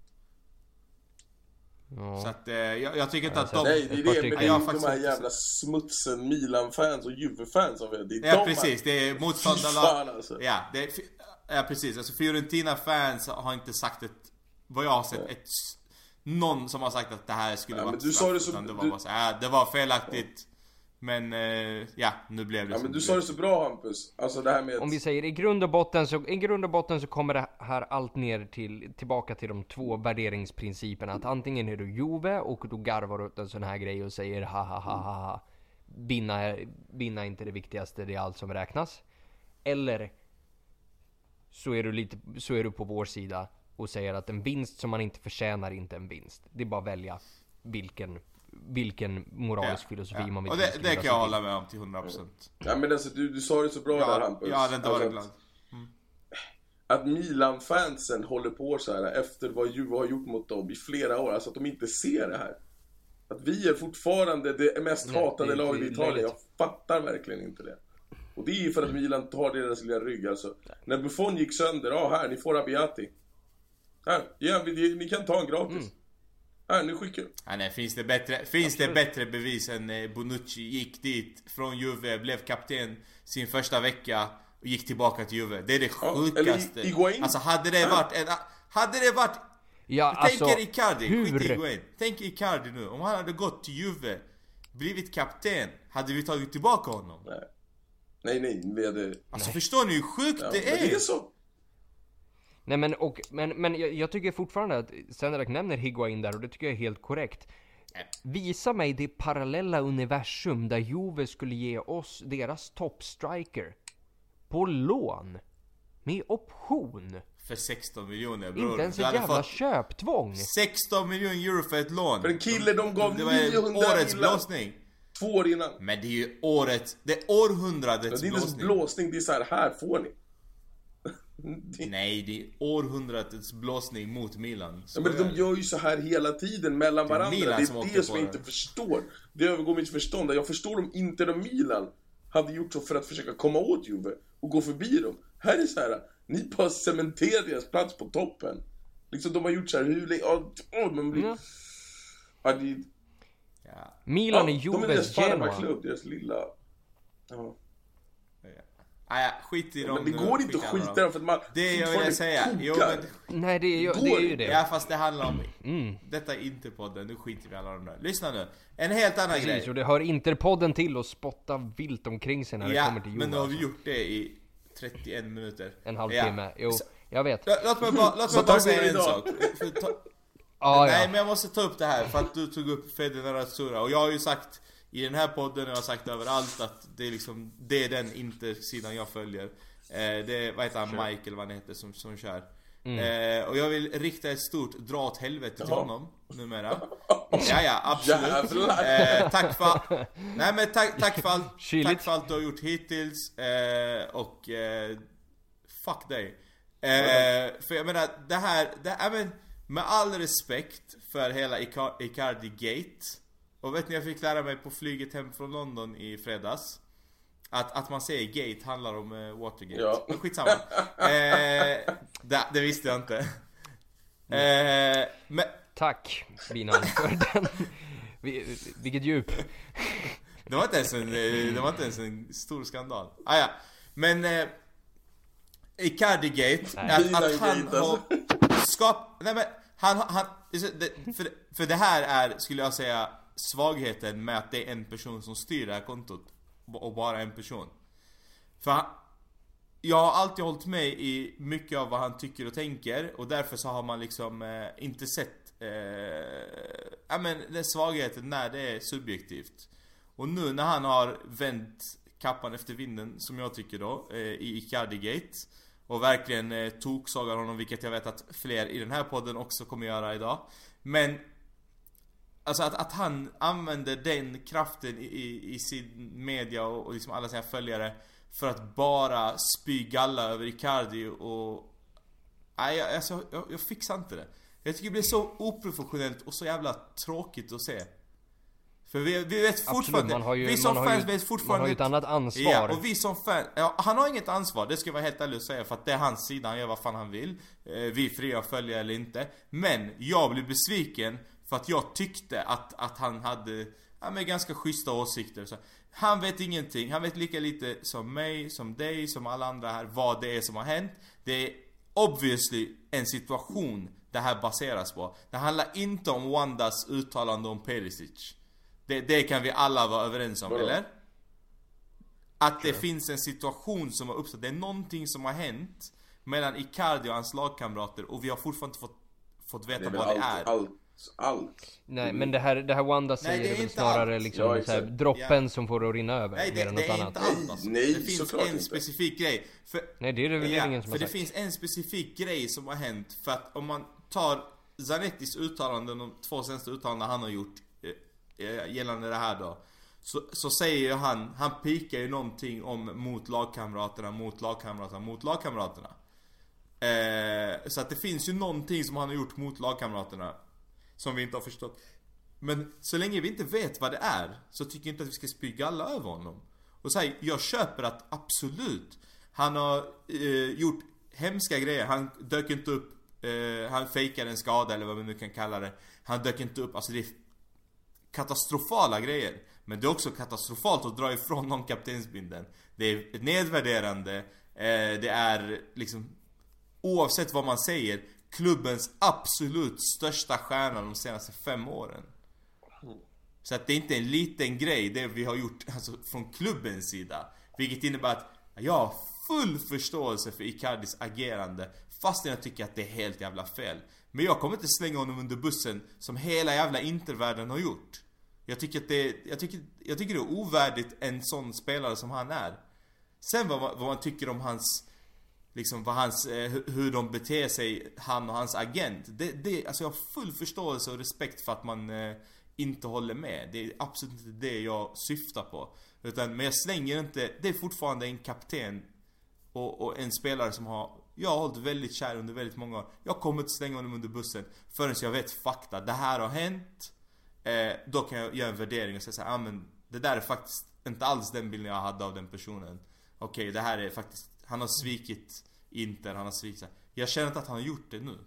Ja. Så att eh, jag, jag tycker inte Ja, att så- de... Nej, det är ett par det, men det stycken. är Jag har ju de faktiskt här inte jävla smutsen Milan-fans och Juve-fans som vet. Det är Ja, de precis, det är Fy motståndarlag. fan, alltså. Ja, det är, ja, precis. Alltså Fiorentina-fans har inte sagt ett... Vad jag har sett, ett... Någon som har sagt att det här skulle Ja, vara men du straff, sa det så- utan det var du- bara så här, ja, det var felaktigt. Men, eh, ja, nu blev det Ja, som men du det sa blev. det så bra, Hampus. Alltså det här med Om vi att... säger i grund och botten så, i grund och botten så kommer det här allt ner till, tillbaka till de två värderingsprinciperna. Att antingen är du Juve och då garvar du åt en sån här grej och säger ha ha ha ha ha. Vinna, är- vinna är inte det viktigaste, det är allt som räknas. Eller så är du lite, så är du på vår sida och säger att en vinst som man inte förtjänar är inte en vinst. Det är bara att välja vilken, vilken moralisk filosofi man vill Och det, tillskriva det kan sig jag till. hålla med om till hundra procent. Ja, men alltså du, du sa det så bra där, Ja, Hampus. jag hade inte varit Alltså glad. att, att Milan-fansen håller på så här efter vad Juve har gjort mot dem i flera år. Alltså att de inte ser det här. Att vi är fortfarande det mest Nej, hatade det är laget i Italien. Jag löjligt. fattar verkligen inte det. Och det är ju för att Milan tar deras lilla rygg alltså. När Buffon gick sönder, ja här, ni får Abbiati. Här, ja, vi, ni kan ta en gratis. Mm. Här, nu skickar Ja, nej, finns det bättre, finns det bättre bevis än eh, Bonucci gick dit från Juve, blev kapten sin första vecka och gick tillbaka till Juve. Det är det Ja, sjukaste. eller Higuain. Alltså hade det varit en, hade det varit... Ja, Tänk alltså, er Icardi, hur? skit i Higuain. Tänk Icardi nu, om han hade gått till Juve, blivit kapten, hade vi tagit tillbaka honom? Nej. Nej, nej, vi hade... Alltså nej. Förstår ni hur sjukt ja, det är? Det är så. Nej men, och, men, men jag, jag tycker fortfarande att Senderak nämner Higuain där, och det tycker jag är helt korrekt. Visa mig det parallella universum där Juve skulle ge oss deras toppstriker på lån med option. För sexton miljoner, bror. Inte ens ett jävla köptvång. sexton miljoner euro för ett lån. För en kille de gav det var årets blåsning. Två år innan. Men det är ju året, det är århundradets blåsning. Det är inte blåsning. blåsning, det är så här, här får ni. det... Nej, det är århundradets blåsning mot Milan. Ja, men de gör ju så här hela tiden mellan det är varandra. Milan det som är det som jag den. inte förstår. Det övergår mitt förstånd. Jag förstår om Inter och Milan hade gjort så för att försöka komma åt Juve och gå förbi dem. Här är så här, ni bara cementerar deras plats på toppen. Liksom de har gjort så här hur länge... Åh, man blir... Mm. Ja, det... ja. Milan ja, är Juves deras Genoa. Klubb, deras lilla... Ja. Ah, ja, skit i dem. Men det går inte att skita dem för att man... Det jag vill säga. Jo, men... Nej, det är ju det, är ju det. Ja, fast det handlar om... Mm. Detta är inte podden, nu skiter vi alla de där. Lyssna nu. En helt annan Precis, grej. och det hör Interpodden till att spotta vilt omkring sig när det ja, kommer till Juve. men nu har vi alltså. gjort det i trettioen minuter. En halvtimme, ja. Jo, jag vet. Låt mig bara, låt mig bara säga en sak. För, ta... ah, Nej, ja. men jag måste ta upp det här för att du tog upp Fede Nerazzurra. Och jag har ju sagt i den här podden, och jag har sagt överallt, att det är liksom, det är den inte sidan jag följer. Eh, det är, vad heter han, sure. Michael, vad han heter, som, som kör. Mm. Eh, och jag vill rikta ett stort dra åt helvete till honom numera. Ja, ja, absolut. Eh, tack för... Nej, men tack, tack för allt. Tack för allt du har gjort hittills. Eh, och... Eh, fuck dig. Eh, för jag menar, det här... Det, I mean, med all respekt för hela Icar- Icardi-gate. Och vet ni, jag fick lära mig på flyget hem från London i fredags. Att, att man säger gate handlar om uh, Watergate. Ja. Men skitsamma. eh, det, det visste jag inte. Eh, men... Tack, Binan, för den. Vilket djup. Det var inte ens en, det var inte ens en stor skandal. Ah, ja. Men eh, Icardi-gate, att, att han har skap... Nej, men han, han, för, för det här är, skulle jag säga, svagheten med att det är en person som styr det här kontot. Och bara en person. För han, jag har alltid hållit med i mycket av vad han tycker och tänker. Och därför så har man liksom eh, inte sett eh, ja, men den svagheten när det är subjektivt. Och nu när han har vänt kappan efter vinden, som jag tycker då, eh, i Icardi-gate, och verkligen eh, toksagar honom, vilket jag vet att fler i den här podden också kommer göra idag. Men alltså att, att han använder den kraften i, i, i sin media och, och liksom alla sina följare för att bara spy galla över Icardi och... Nej, jag, alltså, jag, jag fixar inte det. Jag tycker det blir så oprofessionellt och så jävla tråkigt att se. För vi, vi vet fortfarande... Absolut, ju, vi som fans ju, vet fortfarande... Man har ju ett annat ansvar. Ja, och vi som fans... Ja, han har inget ansvar, det ska jag vara helt ärlig och säga. För att det är hans sida, han gör vad fan han vill. Vi är fria att följa eller inte. Men jag blir besviken för att jag tyckte att, att han hade ja, med ganska schyssta åsikter. Så han vet ingenting. Han vet lika lite som mig, som dig, som alla andra här vad det är som har hänt. Det är obviously en situation det här baseras på. Det handlar inte om Wandas uttalande om Perisic. Det, det kan vi alla vara överens om, Vadå? Eller? Att det sure. finns en situation som har uppstått. Det är någonting som har hänt mellan Icardi och hans lagkamrater. Och vi har fortfarande inte fått, fått veta det vad allt, det är. Allt. Allt. Nej, men det här, det här Wanda säger Nej, det är väl snarare allt. liksom ja, så här, droppen ja. som får det att rinna över. Nej, det, det är inte allt alltså. Nej, det finns en inte. specifik grej för, Nej, det är det väl ja, ingen som för har sagt. det finns en specifik grej som har hänt. För att om man tar Zanettis uttalanden, de två senaste uttalanden han har gjort eh, gällande det här då, så, så säger ju han, han pikar ju någonting om mot lagkamraterna, mot lagkamraterna, mot lagkamraterna. Eh, så att det finns ju någonting som han har gjort mot lagkamraterna som vi inte har förstått. Men så länge vi inte vet vad det är, så tycker jag inte att vi ska spy alla över honom. Och så här, jag köper att absolut han har eh, gjort hemska grejer. Han dök inte upp, eh, han fejkade en skada eller vad man nu kan kalla det. Han dök inte upp, alltså det är katastrofala grejer. Men det är också katastrofalt att dra ifrån någon kaptensbindeln. Det är nedvärderande. eh, Det är liksom, oavsett vad man säger, klubbens absolut största stjärna de senaste fem åren. Så att det är inte en liten grej det vi har gjort alltså, från klubbens sida. Vilket innebär att jag har full förståelse för Icardis agerande, fast jag tycker att det är helt jävla fel. Men jag kommer inte slänga honom under bussen som hela jävla intervärlden har gjort. Jag tycker att det, jag tycker, jag tycker det är ovärdigt en sån spelare som han är. Sen vad man, vad man tycker om hans, liksom vad hans, eh, hur de beter sig, han och hans agent. Det, det, alltså jag har full förståelse och respekt för att man eh, inte håller med. Det är absolut inte det jag syftar på. Utan, men jag slänger inte, det är fortfarande en kapten och, och en spelare som har, jag har hållit väldigt kär under väldigt många år. Jag kommer inte slänga honom under bussen förrän jag vet fakta. Det här har hänt. Eh, då kan jag göra en värdering och säga så här, ah, men det där är faktiskt inte alls den bilden jag hade av den personen. Okej, okay, det här är faktiskt, han har svikit Inter, han har svikit. Jag känner inte att han har gjort det nu.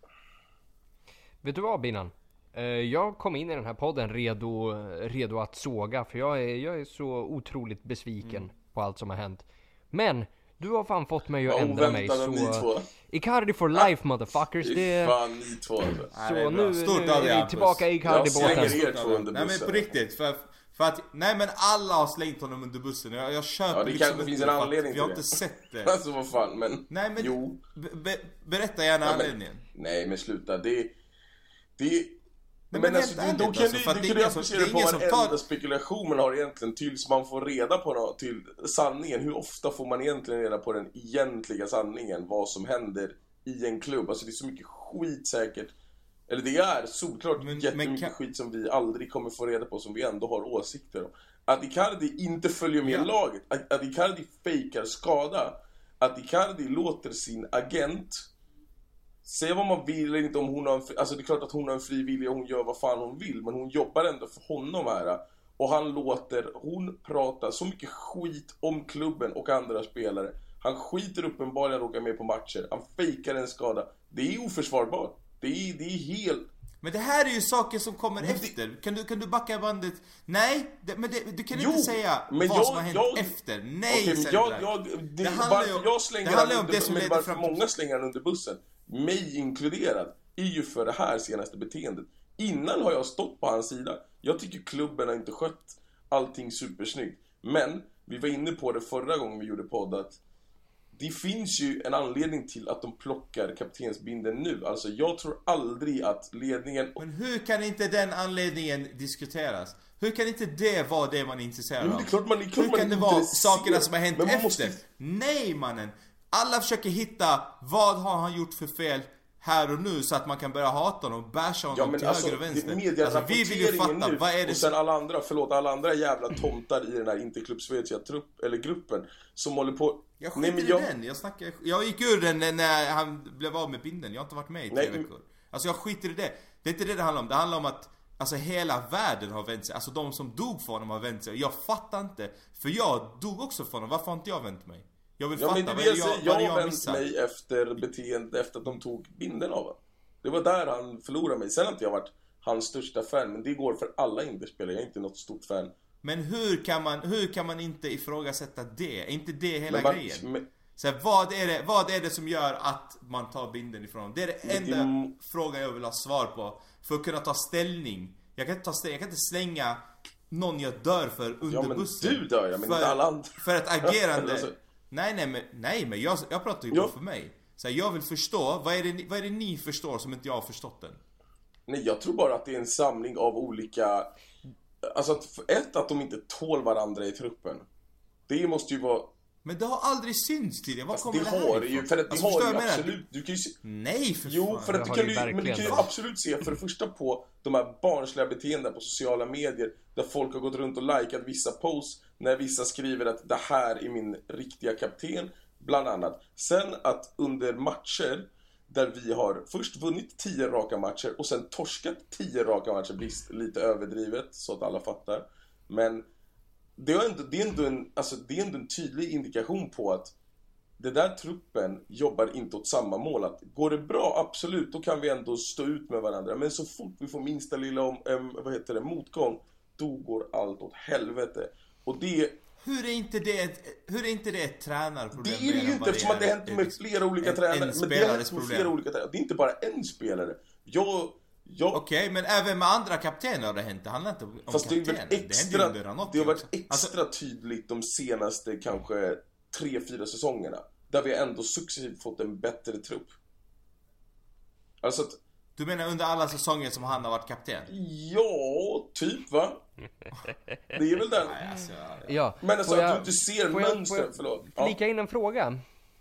Vet du vad, Binan? Eh, jag kom in i den här podden redo, redo att såga, för jag är, jag är så otroligt besviken mm. på allt som har hänt. Men du har fan fått mig att ja, ändra mig, så Icardi for life, ah, motherfuckers. Det är fan ni två. Så nej, nu, Stort nu är vi tillbaka i Icardi-båten. Nej men på riktigt, för, för att, nej men alla har slängt honom under bussen. Jag, jag köper ja, det liksom kanske finns en anledning till jag det. har inte sett det. Alltså vad fan, men nej men jo. Be, berätta gärna ja, men, anledningen. Nej men sluta, det det men, men men alltså, ärligt, då kan alltså, du, du kan ju applicera det på varenda tar... spekulation man har egentligen tills man får reda på något, till sanningen. Hur ofta får man egentligen reda på den egentliga sanningen, vad som händer i en klubb? Alltså det är så mycket skit säkert. Eller det är såklart men, jättemycket men kan... skit som vi aldrig kommer få reda på, som vi ändå har åsikter om. Att Icardi inte följer med ja. laget, att, att Icardi fejkar skada, att Icardi låter sin agent säga vad man vill eller inte, om hon har en fri... Alltså det är klart att hon har en fri vilja och hon gör vad fan hon vill, men hon jobbar ändå för honom här. Och han låter hon prata så mycket skit om klubben och andra spelare. Han skiter uppenbarligen att åka med på matcher. Han fejkar en skada. Det är oförsvarbart. Det är, det är helt... Men det här är ju saker som kommer men efter. Det... Kan, du, kan du backa bandet? Nej, det, men det, du kan jo, inte säga vad jag, som har hänt jag... efter. Nej, okay, men jag, jag, det, det handlar ju om, jag slänger det handlar om det som leder varför fram... många slänger han under bussen, mig inkluderad, är ju för det här senaste beteendet. Innan har jag stått på hans sida. Jag tycker klubben har inte skött allting supersnyggt. Men vi var inne på det förra gången vi gjorde podd, att det finns ju en anledning till att de plockar kaptensbinden nu. Alltså jag tror aldrig att ledningen... Men hur kan inte den anledningen diskuteras? Hur kan inte det vara det man är intresserad av? Det är klart man, det är klart hur man kan det vara sakerna som har hänt efter? Måste... Nej mannen! Alla försöker hitta, vad har han gjort för fel här och nu, så att man kan börja hata honom och basha honom ja, till alltså, höger och vänster. Det alltså, vi vill ju fatta, nu, vad är det och sen alla andra, förlåt, alla andra jävla tomtar i den här Interklubbsvetia trupp eller gruppen som håller på. Jag skiter Nej, jag... i den, jag snackar, jag gick ur den när han blev av med binden. Jag har inte varit med i tre Nej, veckor. Alltså jag skiter i det. Det är inte det det handlar om. Det handlar om att alltså hela världen har vänt sig. Alltså de som dog för honom har vänt sig. Jag fattar inte, för jag dog också för honom. Varför har inte jag vänt mig? Jag vill ja, fatta, men det vad är jag, jag, jag, vad är jag jag vänt mig efter beteendet, efter att de tog binden av honom. Det var där han förlorade mig. Sen har inte jag varit hans största fan, men det går för alla Interspelare. Jag är inte något stort fan. Men hur kan man, hur kan man inte ifrågasätta det? Är inte det hela man, grejen? Men, så här, vad, är det, vad är det som gör att man tar binden ifrån? Det är det enda det, frågan jag vill ha svar på. För att kunna ta ställning. Jag kan inte, ta ställning, jag kan inte slänga någon jag dör för under ja, men bussen. Du dör jag, men för, inte alla andra. För ett agerande. alltså, nej, nej, men, nej, men jag, jag pratar ju bara för mig. Så här, jag vill förstå, vad är, det, vad är det ni förstår som inte jag har förstått än? Nej, jag tror bara att det är en samling av olika... Alltså, att, ett, att de inte tål varandra i truppen. Det måste ju vara... Men det har aldrig synts till det. Vad kommer det, det här har ifrån? ju, för att det alltså, har ju absolut... Du kan ju se... Nej, för Jo, fan. för att det du kan, ju ju, men du kan ju absolut se för det första på de här barnsliga beteenden på sociala medier, där folk har gått runt och likat vissa posts när vissa skriver att det här är min riktiga kapten, bland annat. Sen att under matcher där vi har först vunnit tio raka matcher och sen torskat tio raka matcher, blir lite överdrivet så att alla fattar. Men det är ändå, det är ändå, en, alltså det är ändå en tydlig indikation på att det där truppen jobbar inte åt samma mål. Att går det bra, absolut, då kan vi ändå stå ut med varandra. Men så fort vi får minsta lilla om, äm, vad heter det, motgång, då går allt åt helvete. Och det... Hur är inte det ett, hur är inte det ett tränarproblem? Det är det ju inte, eftersom att det har hänt med flera olika en, tränare. en men det har hänt med flera olika tränare. Det är inte bara en spelare. Jag Ja. Okej, okay, men även med andra kaptener har det hänt. Det handlar inte om Fast kaptener. det är väl extra, det, det, det har varit extra alltså, tydligt de senaste kanske tre, fyra säsongerna. Där vi ändå successivt fått en bättre trupp. Alltså att... Du menar under alla säsonger som han har varit kapten? Ja, typ va? Det är väl den. Nej, alltså, ja. Ja, men alltså jag, att du inte ser mönster, jag, förlåt. Flika ja. in en fråga.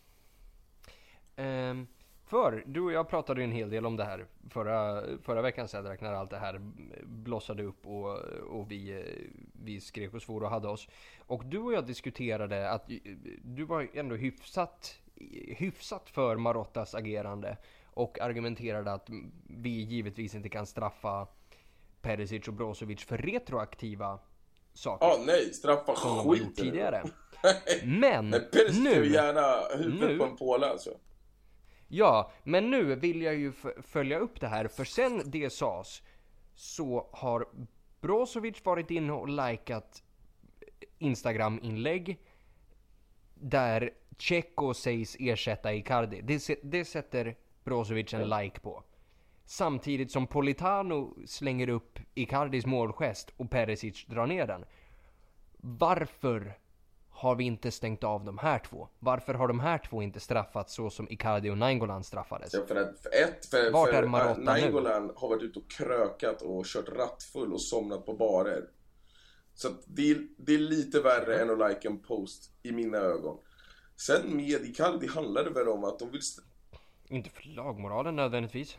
Um, för du och jag pratade ju en hel del om det här förra, förra veckan sedan, när allt det här blossade upp och, och vi, vi skrek och svor och hade oss. Och du och jag diskuterade att du var ändå hyfsat, hyfsat för Marottas agerande och argumenterade att vi givetvis inte kan straffa Perisic och Brozovic för retroaktiva saker. Ja, ah, nej, straffa som de har gjort tidigare. Men nej, Perisic nu, är gärna huvudet nu, på en påle alltså. Ja, men nu vill jag ju f- följa upp det här, för sen det sades så har Brozovic varit inne och likat Instagram-inlägg där Tjecko sägs ersätta Icardi. Det, det sätter Brozovic en like på. Samtidigt som Politano slänger upp Icardis målgest och Perisic drar ner den. Varför har vi inte stängt av de här två? Varför har de här två inte straffats så som Icardi och Nainggolan straffades? Ja, för att för ett, för, Vart för, är Marotta äh, Nainggolan har varit ute och krökat och kört rattfull och somnat på barer. Så att det, är, det är lite värre än att like en post i mina ögon. Sen med Icardi handlar det väl om att de vill... St- inte för lagmoralen nödvändigtvis.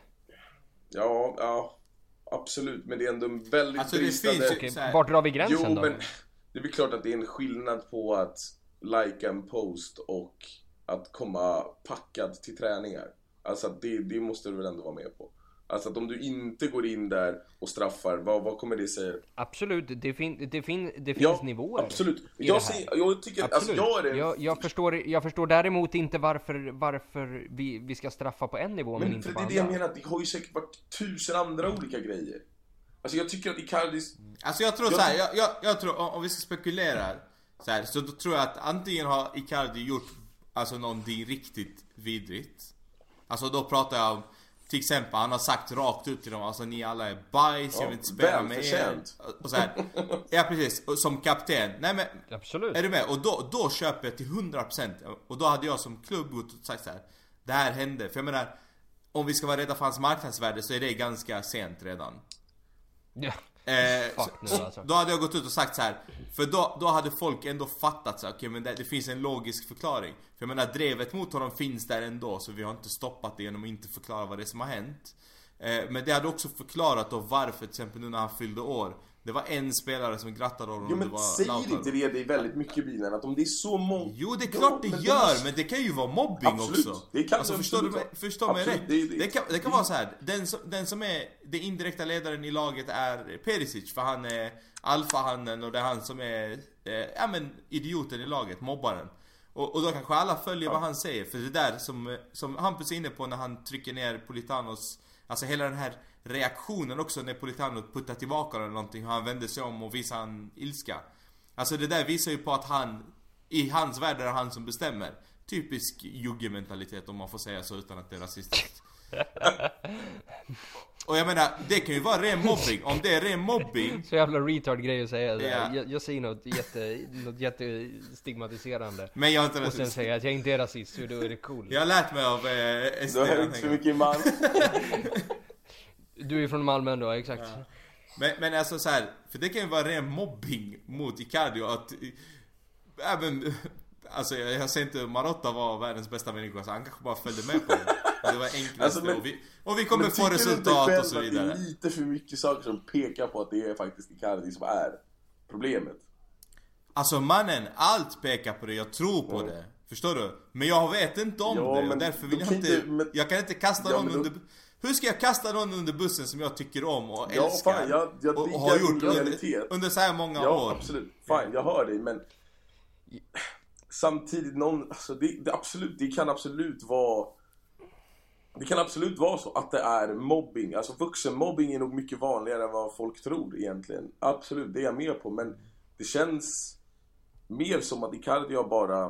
Ja, ja, absolut. Men det är ändå en väldigt alltså, bristande... Okej, vart drar vi gränsen jo, då? Men det är klart att det är en skillnad på att like en post och att komma packad till träningar. Alltså att det, det måste du väl ändå vara med på. Alltså att om du inte går in där och straffar, vad, vad kommer det säga? Absolut, det, fin, det, fin, det finns ja, nivåer. Absolut. Jag, ser, jag tycker absolut. Alltså, jag, är... jag, jag, förstår, jag förstår däremot inte varför, varför vi, vi ska straffa på en nivå men, men inte på andra. Men det är det jag menar, det har ju säkert varit tusen andra olika grejer. Alltså jag tycker att Icardis... Alltså jag tror jag... så här, jag, jag, jag tror om, om vi ska spekulera så här, så då tror jag att antingen har Icardi gjort alltså någonting riktigt vidrigt. Alltså då pratar jag om till exempel, han har sagt rakt ut till dem, alltså ni alla är bajs, ja, jag vill inte spela med er. Och så här. Ja precis, och som kapten. Nej men, absolut. Är du med? Och då, då köper jag till hundra procent. Och då hade jag som klubb gått och sagt så här: det här hände. För jag menar, om vi ska vara rädda för hans marknadsvärde så är det ganska sent redan. Ja. Eh, Fuck så, nu, alltså. Då hade jag gått ut och sagt så här. För då, då hade folk ändå fattat så okej, okay, men det, det finns en logisk förklaring. För jag menar, drevet mot honom finns där ändå. Så vi har inte stoppat det genom att inte förklara vad det är som har hänt. eh, Men det hade också förklarat då varför till exempel nu när han fyllde år, det var en spelare som grattade honom. Jo men det var säger inte det, det är väldigt mycket i bilen att om det är så många... Jo det är klart det men gör, det... men det kan ju vara mobbing absolut. Också. Det kan alltså, det förstår absolut du, förstår mig rätt. Det, det, det kan, det kan vara så här. Den som, den som är den indirekta ledaren i laget är Perisic, för han är alfahannen och det är han som är eh, ja men idioten i laget, mobbaren. Och, och då kanske alla följer ja. vad han säger. För det där som, som Hampus är inne på när han trycker ner Politanos, alltså hela den här reaktionen också när Politano puttar tillbaka eller någonting, han vänder sig om och visar han ilska. Alltså det där visar ju på att han, i hans värld är det han som bestämmer. Typisk juggementalitet om man får säga så utan att det är rasistiskt. Och jag menar, det kan ju vara ren mobbing. Om det är ren mobbing, så jävla retard grej att säga. Ja. jag, jag säger något jätte, något jättestigmatiserande. Men jag är inte rasist. Och sen säger att jag inte är rasist, så då är det cool. Jag har lärt mig av eh, S D. Du har inte så mycket i man. Du är från Malmö ändå, exakt. Ja. Men, men alltså så här, för det kan ju vara ren mobbing mot Icardi att även, alltså jag, jag säger inte Marotta var världens bästa människa, så han kanske bara följde med på det. Och det var enklast alltså, men, och, vi, och vi kommer få resultat och så vidare. Det är lite för mycket saker som pekar på att det är faktiskt Icardi som är problemet. Alltså mannen, allt pekar på det, jag tror på mm. det. Förstår du? Men jag vet inte om ja, det och därför vill jag inte, inte men, jag kan inte kasta ja, någon då, under. Hur ska jag kasta någon under bussen som jag tycker om och ja, älskar fan, jag, jag och, och har gjort under, under så här många ja, år? Ja, absolut. Fine, jag hör dig, men samtidigt någon, alltså det, det absolut, det kan absolut vara det kan absolut vara så att det är mobbing. Alltså vuxenmobbing är nog mycket vanligare än vad folk tror egentligen. Absolut, det är jag med på, men det känns mer som att Icardi har bara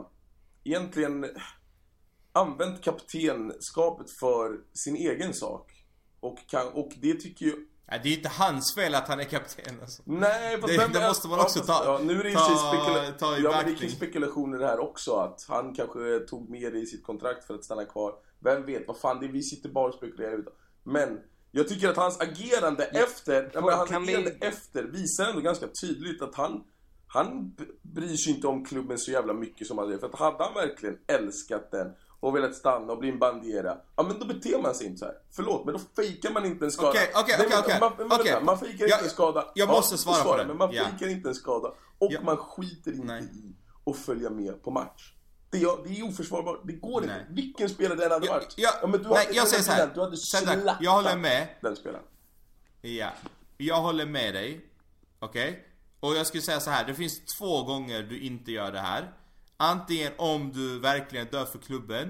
egentligen använt kaptenskapet för sin egen sak Och, kan, och det tycker ju... Nej, det är inte hans fel att han är kapten alltså. Nej, det, vem, det måste man också ta, ja, nu är det ta, spekula- ta i ja, backning. men det är spekulationer här också. Att han kanske tog med det i sitt kontrakt för att stanna kvar. Vem vet, vad fan, det är, vi sitter bara och spekulerar ut. Men jag tycker att hans agerande ja, efter ja, men hans agerande vi... efter visar ändå ganska tydligt att han Han bryr sig inte om klubben så jävla mycket som han gör. För att hade han verkligen älskat den och velat stanna och bli en bandera, ja men då beter man sig inte så här. Förlåt, men då fejkar man inte en skada. Okej, okej, okej, okej. Man fejkar inte en skada. Jag måste ja, svara på det. Men man ja. fejkar inte en skada. Och ja. man skiter inte Nej. i att följa med på match. Det är, det är oförsvarbart. Det går Nej. inte. Vilken spelare den hade varit? Ja, ja, men du nej, jag säger så här. Du hade slaktat jag håller med. Den spelaren. Ja, jag håller med dig. Okej? Okay? Och jag skulle säga så här, det finns två gånger du inte gör det här. Antingen om du verkligen dör för klubben,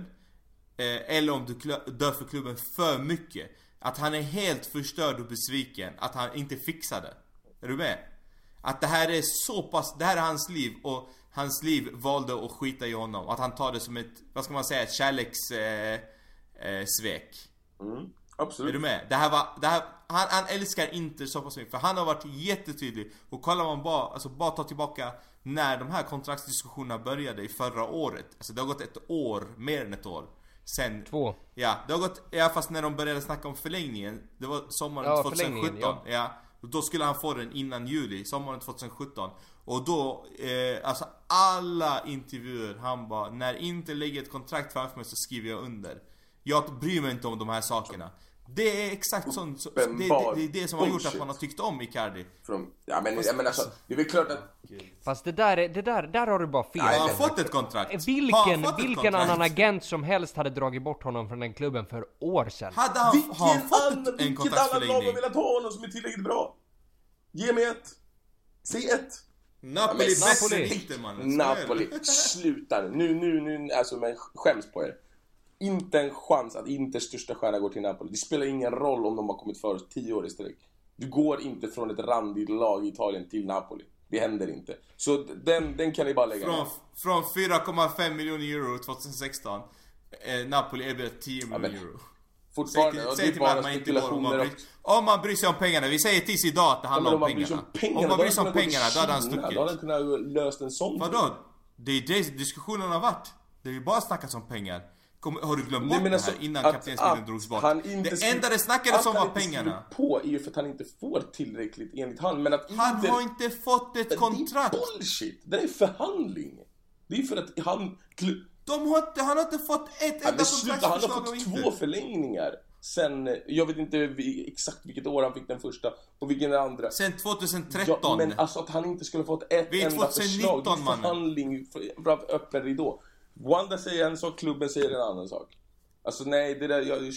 eh, eller om du kl- dör för klubben för mycket. Att han är helt förstörd och besviken, att han inte fixade. Är du med? Att det här är så pass, det här är hans liv och hans liv valde att skita i honom. Att han tar det som ett, vad ska man säga, ett kärlekssvek. Eh, eh, svek. Mm. Absolut. Är du med? Det här var, det här, han, han älskar inte så pass mycket. För han har varit jättetydlig. Och kollar man bara, alltså bara ta tillbaka när de här kontraktsdiskussionerna började i förra året. Alltså det har gått ett år, mer än ett år. Sen, Två. Ja, det har gått, ja fast när de började snacka om förlängningen. Det var sommaren ja, tjugohundrasjutton. Ja. Ja. Och då skulle han få den innan juli, sommaren tjugohundrasjutton. Och då, eh, alltså alla intervjuer, han bara, när inte lägger ett kontrakt framför mig så skriver jag under. Jag bryr mig inte om de här sakerna. Det är exakt sånt så, det, det, det är det som har gjort att man har tyckt om Icardi. From, ja men, ja, men alltså, det är väl klart att... Fast det där, är, det där, där har du bara fel. Har han fått ett kontrakt? Vilken, ett vilken kontrakt? Annan agent som helst hade dragit bort honom från den klubben för år sedan. Hade han, vilken har han fått annan, en vilket kontraktsförlängning? annat lag har velat ha honom som är tillräckligt bra? Ge mig ett. Säg ett. Napoli, ja, Napoli. Inte, man. Napoli, sluta nu, nu, nu, alltså men skäms på er. Inte en chans att Inters största stjärna går till Napoli. Det spelar ingen roll om de har kommit för oss tio år i sträck. Du går inte från ett randigt lag i Italien till Napoli. Det händer inte. Så den, den kan ni bara lägga Från, ner. från fyra komma fem miljoner euro tjugohundrasexton eh, Napoli erbjöd tio miljoner ja, euro. Fortfarande, säg, och säg det är till bara mig att man inte går om man, bryr, och... om man bryr sig om pengarna. Vi säger tills idag att det handlar ja, om, om pengarna. pengarna. Om man bryr sig om pengarna, då hade han stuckit. Då hade han kunnat löst en sån. Vadå? Det är det diskussionen har varit. Det är ju bara snackats om pengar. Kom, har du glömt bort det här innan kaptensbilden drogs bort? Det enda det snackades om var pengarna. På är ju för att han inte får tillräckligt enligt han. Men att han inte... har inte fått ett kontrakt. Det är bullshit. Det är förhandling. Det är för att han... De har inte, han har inte fått ett enda kontraktsförslag. Han har fått två förlängningar. Sen, jag vet inte exakt vilket år han fick den första och vilken den andra. Sen tjugohundratretton. Ja, men alltså att han inte skulle fått ett vi enda förslag. Det är förhandling för öppen ridå. Wanda säger en sak, klubben säger en annan sak. Alltså nej, det där... Jag...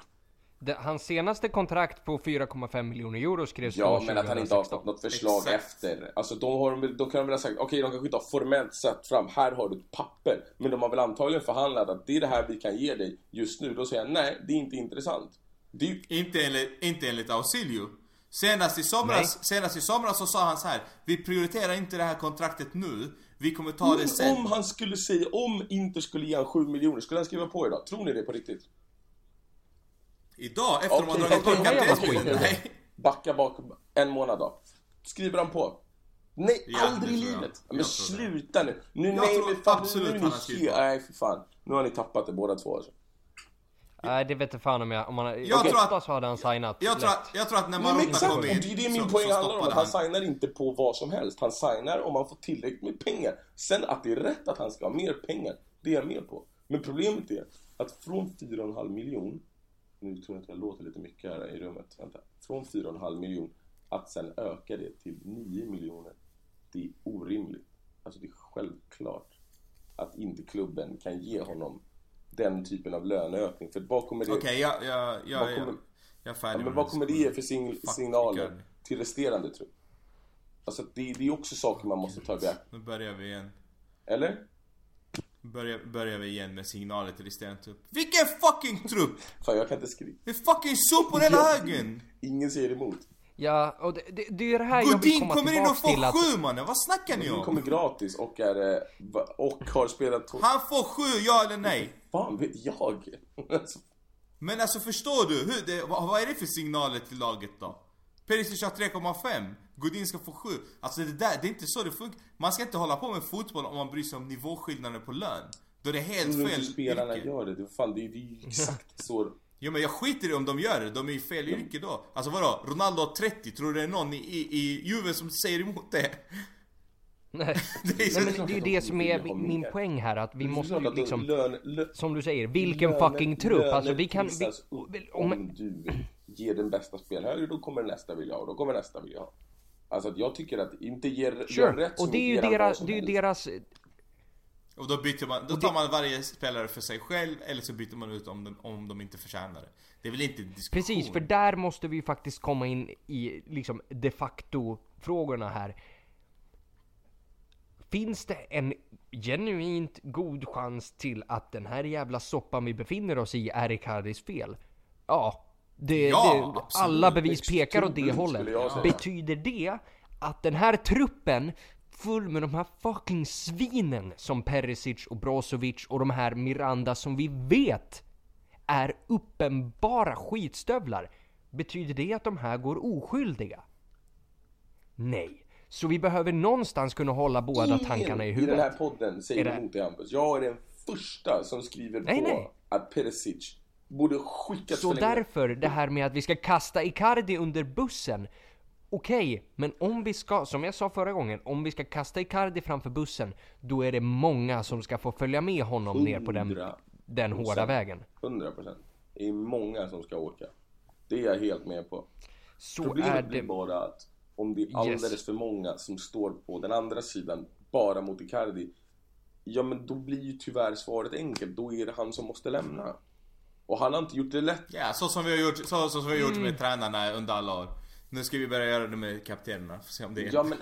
Det, hans senaste kontrakt på fyra komma fem miljoner euro skrevs ja, men att han inte har fått något förslag exakt. Efter. Alltså de, har, de kan väl ha sagt, okej okay, de kanske inte har formellt satt fram, här har du ett papper. Men de har väl antagligen förhandlat att det är det här vi kan ge dig just nu. Då säger jag, nej, det är inte intressant. Det är... Inte enligt, inte enligt Ausilio. Senast i somras, senast i somras så sa han så här: vi prioriterar inte det här kontraktet nu. Vi kommer ta men det sen. Om han skulle säga, om inte skulle ge han sju miljoner, skulle han skriva på idag? Tror ni det på riktigt? Idag? Efter okay, de har dragit bort kaptensbilden? Nej. Backa bak en månad då. Skriver han på? Nej, ja, aldrig i livet. Men jag sluta nu. Nu jag nej, tror men fan, absolut nu han har skrivit på. Nej, för fan. Nu har ni tappat det båda två alltså. Nej, det vet jag fan om jag... Om man, jag okay. tror att... så hade han signat. Jag tror, att, jag tror att när man Nej, exakt, kom in... det är det min så, poäng så handlar om. Att han signar inte på vad som helst. Han signar om han får tillräckligt med pengar. Sen att det är rätt att han ska ha mer pengar, det är jag med på. Men problemet är att från fyra komma fem miljoner... Nu tror jag att det låter lite mycket här i rummet. Vänta. Från fyra komma fem miljoner att sen öka det till nio miljoner. Det är orimligt. Alltså det är självklart att inte klubben kan ge honom den typen av löneökning. För vad kommer det... Okej, okay, jag, jag, jag, kommer, jag, jag är färdig ja, men vad kommer det ge för sign, signaler till resterande trupp? Alltså det, det är också saker man måste ta i beaktning. Nu börjar vi igen. Eller? Börjar, börjar vi igen med signaler till resterande trupp. Vilken fucking trupp! Fan, jag kan inte skriva. Det är fucking sopor hela högen! Ingen säger emot. Ja, och det, det, det är det här jag vill komma kommer in och får till att... sju, mannen. Vad snackar ni om? Han kommer gratis och är och har spelat... Han får sju, ja eller nej? Fan vet jag. Men alltså förstår du, hur det, vad, vad är det för signaler till laget då? Perisic har tre komma fem, Godin ska få sju. Alltså det där, det är inte så det funkar. Man ska inte hålla på med fotboll om man bryr sig om nivåskillnader på lön. Då är det helt fel. fel Spelarna yrke. gör det, det, fan, det är ju exakt så. Jo men jag skiter i om de gör det, de är i fel ja. yrke då. Alltså vadå, Ronaldo har trettio, tror du det är någon i, i, i Juve som säger emot det? Nej, det är, Nej, men det är ju det som är min, min poäng här, att vi måste ju liksom, lön, lön, som du säger, vilken lön, fucking trupp, alltså vi kan vi, om, om du ger den bästa spelaren, då kommer nästa vilja ha, och då kommer nästa vilja ha. Alltså att jag tycker att inte ger, sure. gör rätt. Och det är ju deras, det är ju deras. Och då byter man, då tar man varje spelare för sig själv, eller så byter man ut om de, om de inte förtjänar det. Det är väl inte en diskussion. Precis, för där måste vi faktiskt komma in i liksom de facto frågorna här. Finns det en genuint god chans till att den här jävla soppan vi befinner oss i är Icardis fel? Ja, det, ja det, alla bevis pekar åt det hållet. Betyder det att den här truppen full med de här fucking svinen som Perisic och Brozovic och de här Miranda som vi vet är uppenbara skitstövlar, betyder det att de här går oskyldiga? Nej. Så vi behöver någonstans kunna hålla båda Ingen tankarna i huvudet. I den här podden säger emot det, Hampus. Jag är den första som skriver nej, på nej. att Perisic borde skickas. Så därför det här med att vi ska kasta Icardi under bussen. Okej, okay, men om vi ska, som jag sa förra gången, om vi ska kasta Icardi framför bussen, då är det många som ska få följa med honom ner på den, den hårda vägen. hundra procent. Det är många som ska åka. Det är jag helt med på. Så Problemet är det... blir bara att om det är alldeles yes. för många som står på den andra sidan bara mot Icardi, ja men då blir ju tyvärr svaret enkelt. Då är det han som måste lämna. Och han har inte gjort det lätt. Ja, så som vi har gjort, så, så som vi har gjort mm. med tränarna under alla år. Nu ska vi börja göra det med kaptenerna. Får se om det är. Ja men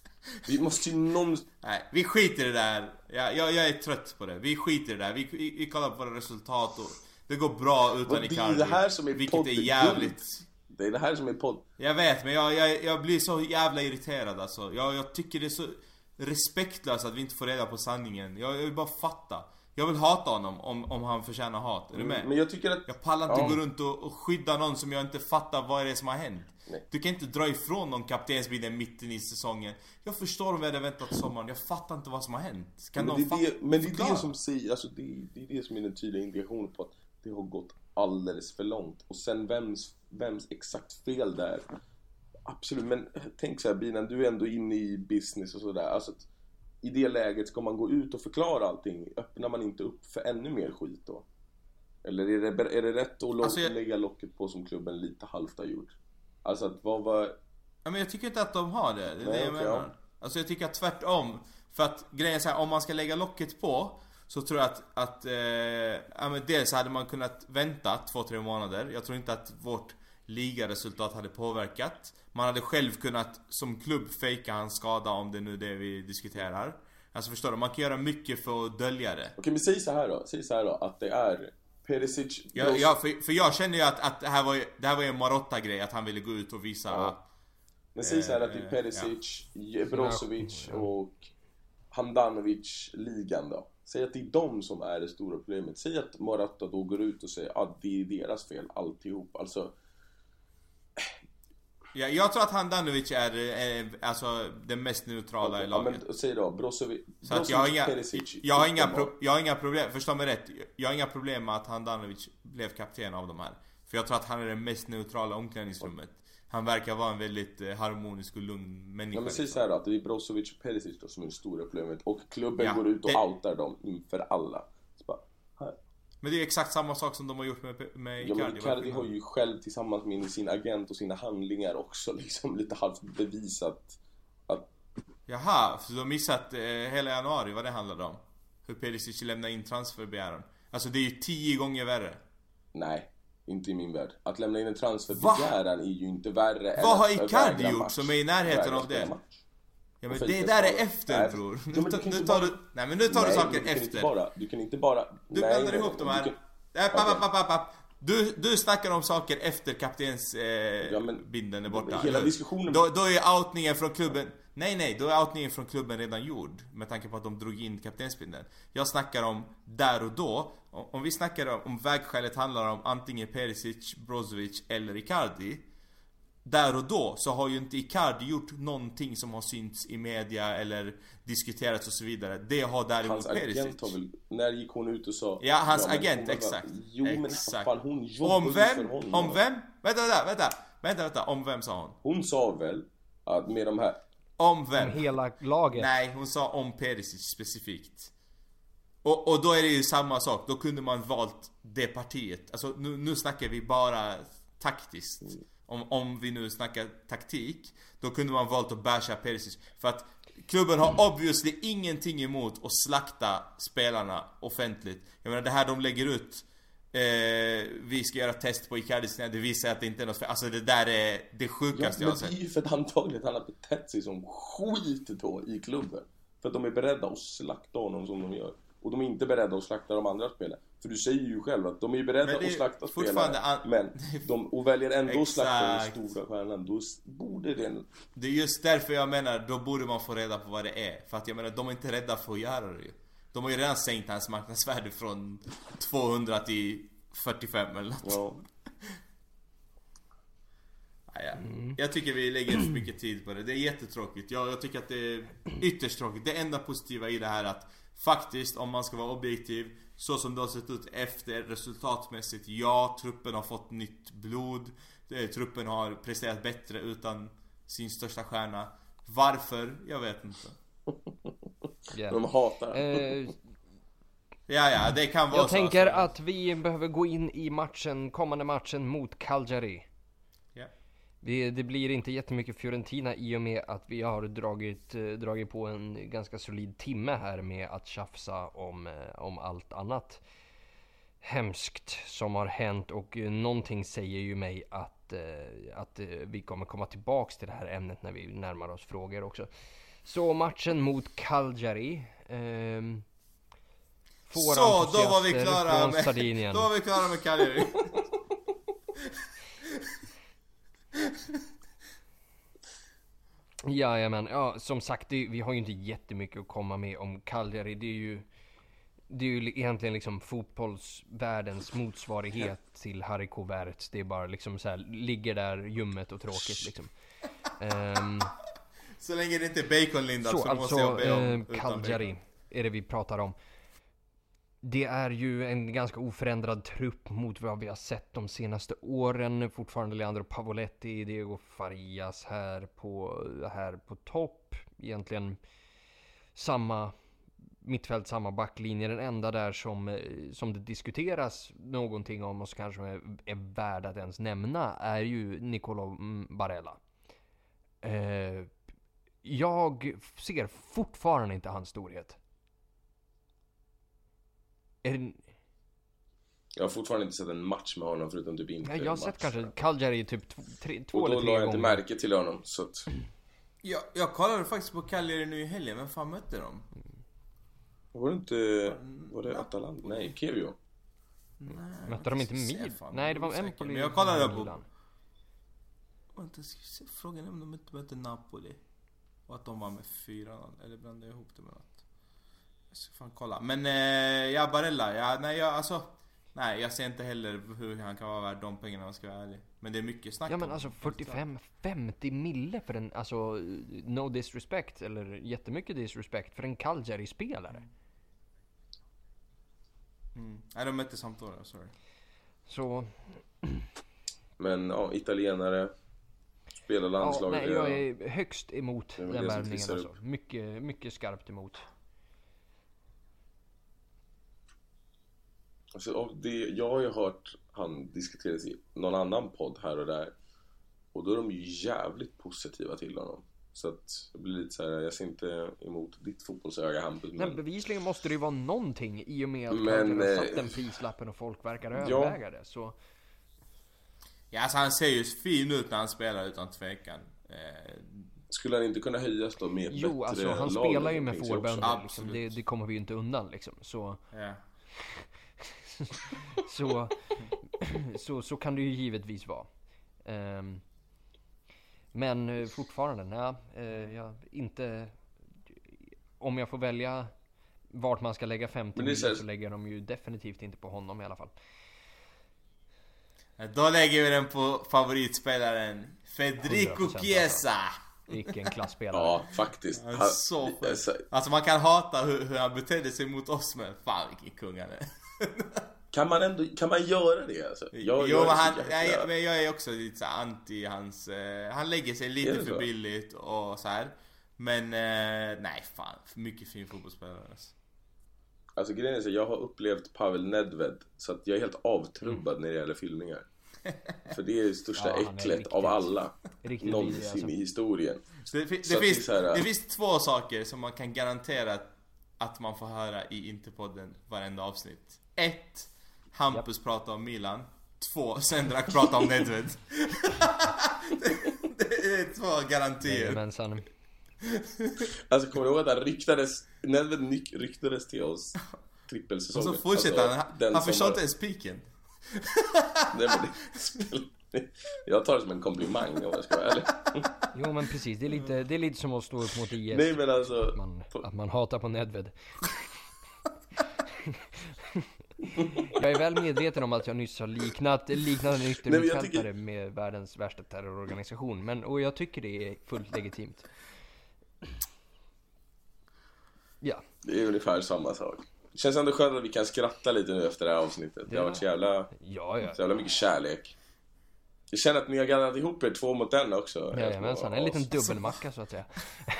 vi måste ju någon... Nej, vi skiter i det där. Jag, jag, jag är trött på det. Vi skiter i det där. Vi, vi, vi kollar på våra resultat och det går bra utan Icardi. Det är det här som är vilket är jävligt. Det är det här som är podd. Jag vet, men jag, jag, jag blir så jävla irriterad alltså. jag, jag tycker det är så respektlöst att vi inte får reda på sanningen. Jag, jag vill bara fatta. Jag vill hata honom om, om han förtjänar hat. Är du med? Men jag tycker att... Jag pallar inte ja. gå runt och, och skydda någon som jag inte fattar vad är det som har hänt. Nej. Du kan inte dra ifrån någon kaptensbilen mitten i säsongen. Jag förstår om vi hade väntat sommaren. Jag fattar inte vad som har hänt. Kan men, någon det är det, men det är det som säger, alltså det, det är det som är den tydliga indikationen på att det har gått alldeles för långt. Och sen vems, vems exakt fel där. Absolut, men tänk så här, Binan, du är ändå inne i business och sådär. Alltså att i det läget ska man gå ut och förklara allting. Öppnar man inte upp för ännu mer skit då? Eller är det, är det rätt att alltså jag... lägga locket på som klubben lite halvt har gjort? Alltså att vad var... Ja, men jag tycker inte att de har det. Det är Nej, det jag okay, menar. Ja. Alltså jag tycker att tvärtom. För att grejen är så här, om man ska lägga locket på, så tror jag att, att eh, ja, men dels hade man kunnat vänta två, tre månader. Jag tror inte att vårt ligaresultat hade påverkat. Man hade själv kunnat som klubb fejka hans skada, om det nu är det vi diskuterar. Alltså förstår du, man kan göra mycket för att dölja det. Okej, men säg så här då. Säg så här då, att det är Perisic... Ja, ja för, för jag känner ju att, att det här var ju, det här var ju en Marotta-grej, att han ville gå ut och visa... Ja. Men säg så här att det är Perisic, ja. Brozovic och Handanovic-ligan då. Säg att det är de som är det stora problemet. Säg att Marotta då går ut och säger att ah, det är deras fel alltihop. Alltså... Ja, jag tror att Handanovic är, är alltså den mest neutrala okay, i laget. Ja, men säg då, Brozovic, så att jag har inga, jag har inga, pro, jag har inga problem, förstå mig rätt. Jag har inga problem med att Handanovic blev kapten av de här. För jag tror att han är den mest neutrala omklädningsrummet. Han verkar vara en väldigt eh, harmonisk och lugn människa. Ja, men säg så här då, att det är Brozovic och Perisic då som är det stora problemet. Och klubben ja, går ut och det... outar dem inför alla. Så bara, här. Men det är exakt samma sak som de har gjort med, med Icardi. Ja, men Icardi har ju själv tillsammans med sin agent och sina handlingar också liksom lite halvt bevisat att... Jaha, så de har missat eh, hela januari vad det handlade om. Hur Perisic lämnar in transferbegäran. Alltså det är ju tio gånger värre. Nej, inte i min värld. Att lämna in en transferbegäran är ju inte värre än vad har Icardi gjort match, som är i närheten av det? Ja, men det där är efter, nej, bror. Nu, ta, nu tar bara... du... Nej, men nu tar nej, du saker du efter. Bara, du kan inte bara... Du nej, blandar ihop de här... Kan... Nej, papp, papp, papp, papp. Du, du snackar om saker efter kaptens eh, ja, men, binden är borta. Hela diskussionen... Då, då är outningen från klubben... Nej nej, då är outningen från klubben redan gjord. Med tanke på att de drog in kaptensbindeln. Jag snackar om där och då. Om vi snackar om, om vägskälet handlar om antingen Perisic, Brozovic eller Icardi. Där och då så har ju inte Icardi gjort någonting som har synts i media eller diskuterats och så vidare. Det har däremot Perisic. Hans agent har väl, när gick hon ut och sa... Ja, hans ja, agent, bara, exakt. Jo, men exakt. fan, hon jobbar om vem? för honom. Om vem? Vänta, vänta, vänta. Vänta, vänta. Om vem sa hon? Hon sa väl att med de här... Om vem? Om hela laget. Nej, hon sa om Perisic specifikt. Och, och då är det ju samma sak. Då kunde man valt det partiet. Alltså nu, nu snackar vi bara taktiskt. Mm. Om, om vi nu snackar taktik, då kunde man valt att basha Perisic. För att klubben har obviously ingenting emot att slakta spelarna offentligt. Jag menar det här de lägger ut, eh, vi ska göra test på Icardi, det visar att det inte är något fel. Alltså det där är det sjukaste ja, jag har sett. Men det är ju för att antagligen han har betett sig som skit då i klubben. För att de är beredda att slakta honom som de gör. Och de är inte beredda att slakta de andra spelarna. För du säger ju själv att de är beredda att slakta spelare an... Men de och väljer ändå att slakta den stora stjärnan. Då borde det... Det är just därför jag menar, då borde man få reda på vad det är. För att jag menar, de är inte rädda för att göra det. De har ju redan sänkt hans marknadsvärde från tvåhundra till fyrtiofem eller något. Ja. Ja, ja. Mm. Jag tycker vi lägger för mycket tid på det. Det är jättetråkigt. Jag, jag tycker att det är ytterst tråkigt. Det enda positiva i det här är att faktiskt, om man ska vara objektiv, så som det har sett ut efter resultatmässigt, ja, truppen har fått nytt blod. Truppen har presterat bättre utan sin största stjärna. Varför? Jag vet inte. Yeah. De hatar eh, Ja, ja, det kan vara jag så. Jag tänker att vi behöver gå in i matchen, kommande matchen mot Cagliari. Det, det blir inte jättemycket Fiorentina i och med att vi har dragit, eh, dragit på en ganska solid timme här med att tjafsa om, eh, om allt annat hemskt som har hänt. Och eh, någonting säger ju mig att, eh, att eh, vi kommer komma tillbaks till det här ämnet när vi närmar oss frågor också. Så matchen mot Cagliari. Eh, Så, då var vi klara med, Sardinien. då var vi klara med Cagliari. Ja, men ja, som sagt, det, vi har ju inte jättemycket att komma med om Cagliari. Det är ju, det är ju egentligen liksom fotbollsvärldens motsvarighet till Harry Verts. Det är bara liksom så här, ligger där ljummet och tråkigt liksom. Um, så länge det inte är baconlindat så, så alltså, måste jag be om uh, Cagliari är det vi pratar om. Det är ju en ganska oförändrad trupp mot vad vi har sett de senaste åren. Fortfarande Leandro Pavoletti, Diego Farias här på, här på topp. Egentligen samma mittfält, samma backlinje. Den enda där som, som det diskuteras någonting om och som kanske är, är värd att ens nämna är ju Nicolo Barella. Eh, jag ser fortfarande inte hans storhet. Är det... Jag har fortfarande inte sett en match med honom förutom typ inte. Jag har sett kanske Cagliari typ två, tre, två eller tre gånger. Och då la jag inte märke till honom så att... jag, jag kollade faktiskt på Cagliari nu i helgen. Vem fan mötte de? Var det inte... Var det Atalanta? Nej, Kevio. Nej, mötte de inte Milan? Nej, det var Empoli. Men jag kollade på... Vänta, frågan är om de inte mötte Napoli. Och att de var med fyra. Eller blandade jag ihop det med något. Jag ska fan kolla. Men eh, ja, Barella, ja, nej, jag, alltså, nej, jag ser inte heller hur han kan vara värd de pengarna, om jag ska vara ärlig. Men det är mycket snack. Ja, men alltså fyrtiofem femtio mille för en, alltså, no disrespect, eller jättemycket disrespect för en Cagliari-spelare. Mm. Nej, de mötte samt år, sorry. Så... Men, ja, italienare, spelar landslaget. Ja, nej, jag är högst emot den värvningen, alltså. Mycket, mycket skarpt emot. Alltså, det, jag har ju hört han diskuteras i någon annan podd här och där. Och då är de ju jävligt positiva till honom. Så att det blir lite så här, jag ser inte emot ditt fotbollsöga, Hampus. Men bevisligen måste det ju vara någonting i och med att men, han har satt den prislappen och folk verkar överväga ja. det. Så... Ja, alltså han ser ju fin ut när han spelar utan tvekan. Eh... Skulle han inte kunna höjas då med jo, bättre alltså han lag, spelar ju med fårbönder liksom. det, det kommer vi ju inte undan liksom. Så... Ja. så, så, så kan det ju givetvis vara. Um, Men eh, fortfarande, nej, eh, jag inte... Om jag får välja vart man ska lägga femtio miljoner så lägger de ju definitivt inte på honom i alla fall. Då lägger vi den på favoritspelaren Federico Chiesa. Vilken klassspelare. Ja, faktiskt. Han, så alltså man kan hata hur, hur han betedde sig mot oss, men fan vilken kung han är. Kan man ändå, kan man göra det alltså? Jag, jo, jag men, han, jag, men jag är också lite så anti hans... Eh, han lägger sig lite för billigt och så här. Men eh, nej fan, för mycket fin fotbollsspelare alltså. Alltså grejen är så, jag har upplevt Pavel Nedved, så att jag är helt avtrubbad mm. när det gäller filmningar. För det är det största ja, äcklet riktigt, av alla någonsin alltså. I historien. Det, det, det, finns, det, här, det finns två saker som man kan garantera att man får höra i Interpodden varenda avsnitt. Ett, Hampus yep. pratar om Milan. Två, Sendrak pratar om Nedved. det, det är två garantier. Men sen... Alltså kommer du ihåg att han ryktades, Nedved ryktades till oss trippelsäsongen. Och så fortsätter alltså, han, han förstår inte ens piken. Nej, men det, jag tar det som en komplimang om jag ska vara ärlig. Jo men precis, det är lite, det är lite som att stå upp mot I S. Nej men alltså att man, att man hatar på Nedved. Jag är väl medveten om att jag nyss har liknat liknande en yttermittfältare tycker... med världens värsta terrororganisation, men och jag tycker det är fullt legitimt. Ja. Det är ungefär samma sak. Det känns ändå skönt att vi kan skratta lite nu efter det här avsnittet. Det har varit så jävla, ja, ja. så jävla mycket kärlek. Jag känner att ni har gannat ihop er två mot en också. Ja, men sen en liten dubbelmacka så att säga.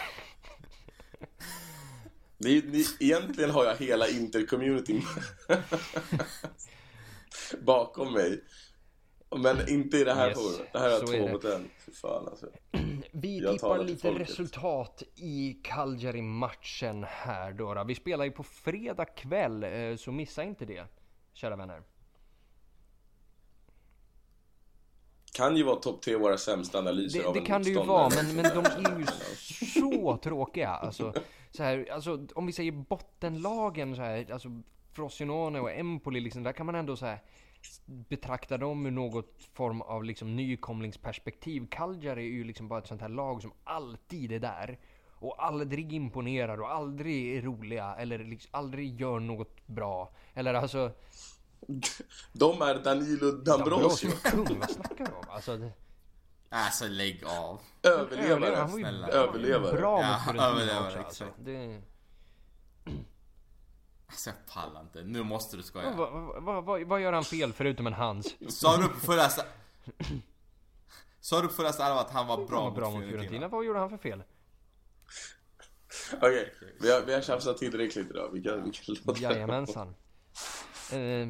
Ni, ni, egentligen har jag hela intercommunityn bakom mig. Men inte i det här yes, forumet. Det här är två är mot en. För fan alltså. Vi jag tippar lite resultat i Cagliari-matchen här då, då. Vi spelar ju på fredag kväll, så missa inte det, kära vänner. Kan ju vara topp tre våra sämsta analyser det, av det en kan det ju vara, men, men de är ju så tråkiga. Alltså, så här, alltså, om vi säger bottenlagen så här, alltså Frosinone och Empoli liksom, där kan man ändå så här betrakta dem ur något form av liksom nykomlingsperspektiv. Cagliari är ju liksom bara ett sånt här lag som alltid är där och aldrig imponerar och aldrig är roliga eller liksom aldrig gör något bra. Eller alltså de är Danilo D'Ambrosio. Kung, vad snackar du om? Alltså det... Alltså lägg av. Överlevare. Han var ju överlevare. Bra ja, mot överlevare också, alltså. Det... Alltså jag pallar inte. Nu måste du skoja. Vad va, va, va, va gör han fel förutom en hands? Sa du på förra Sa du på förra allvar att han var bra, han var bra mot Fiorentina? Vad gjorde han för fel? Okej, okay. vi har, vi har tjafsat tillräckligt idag. Vi kan, vi kan låta Jajamensan. uh...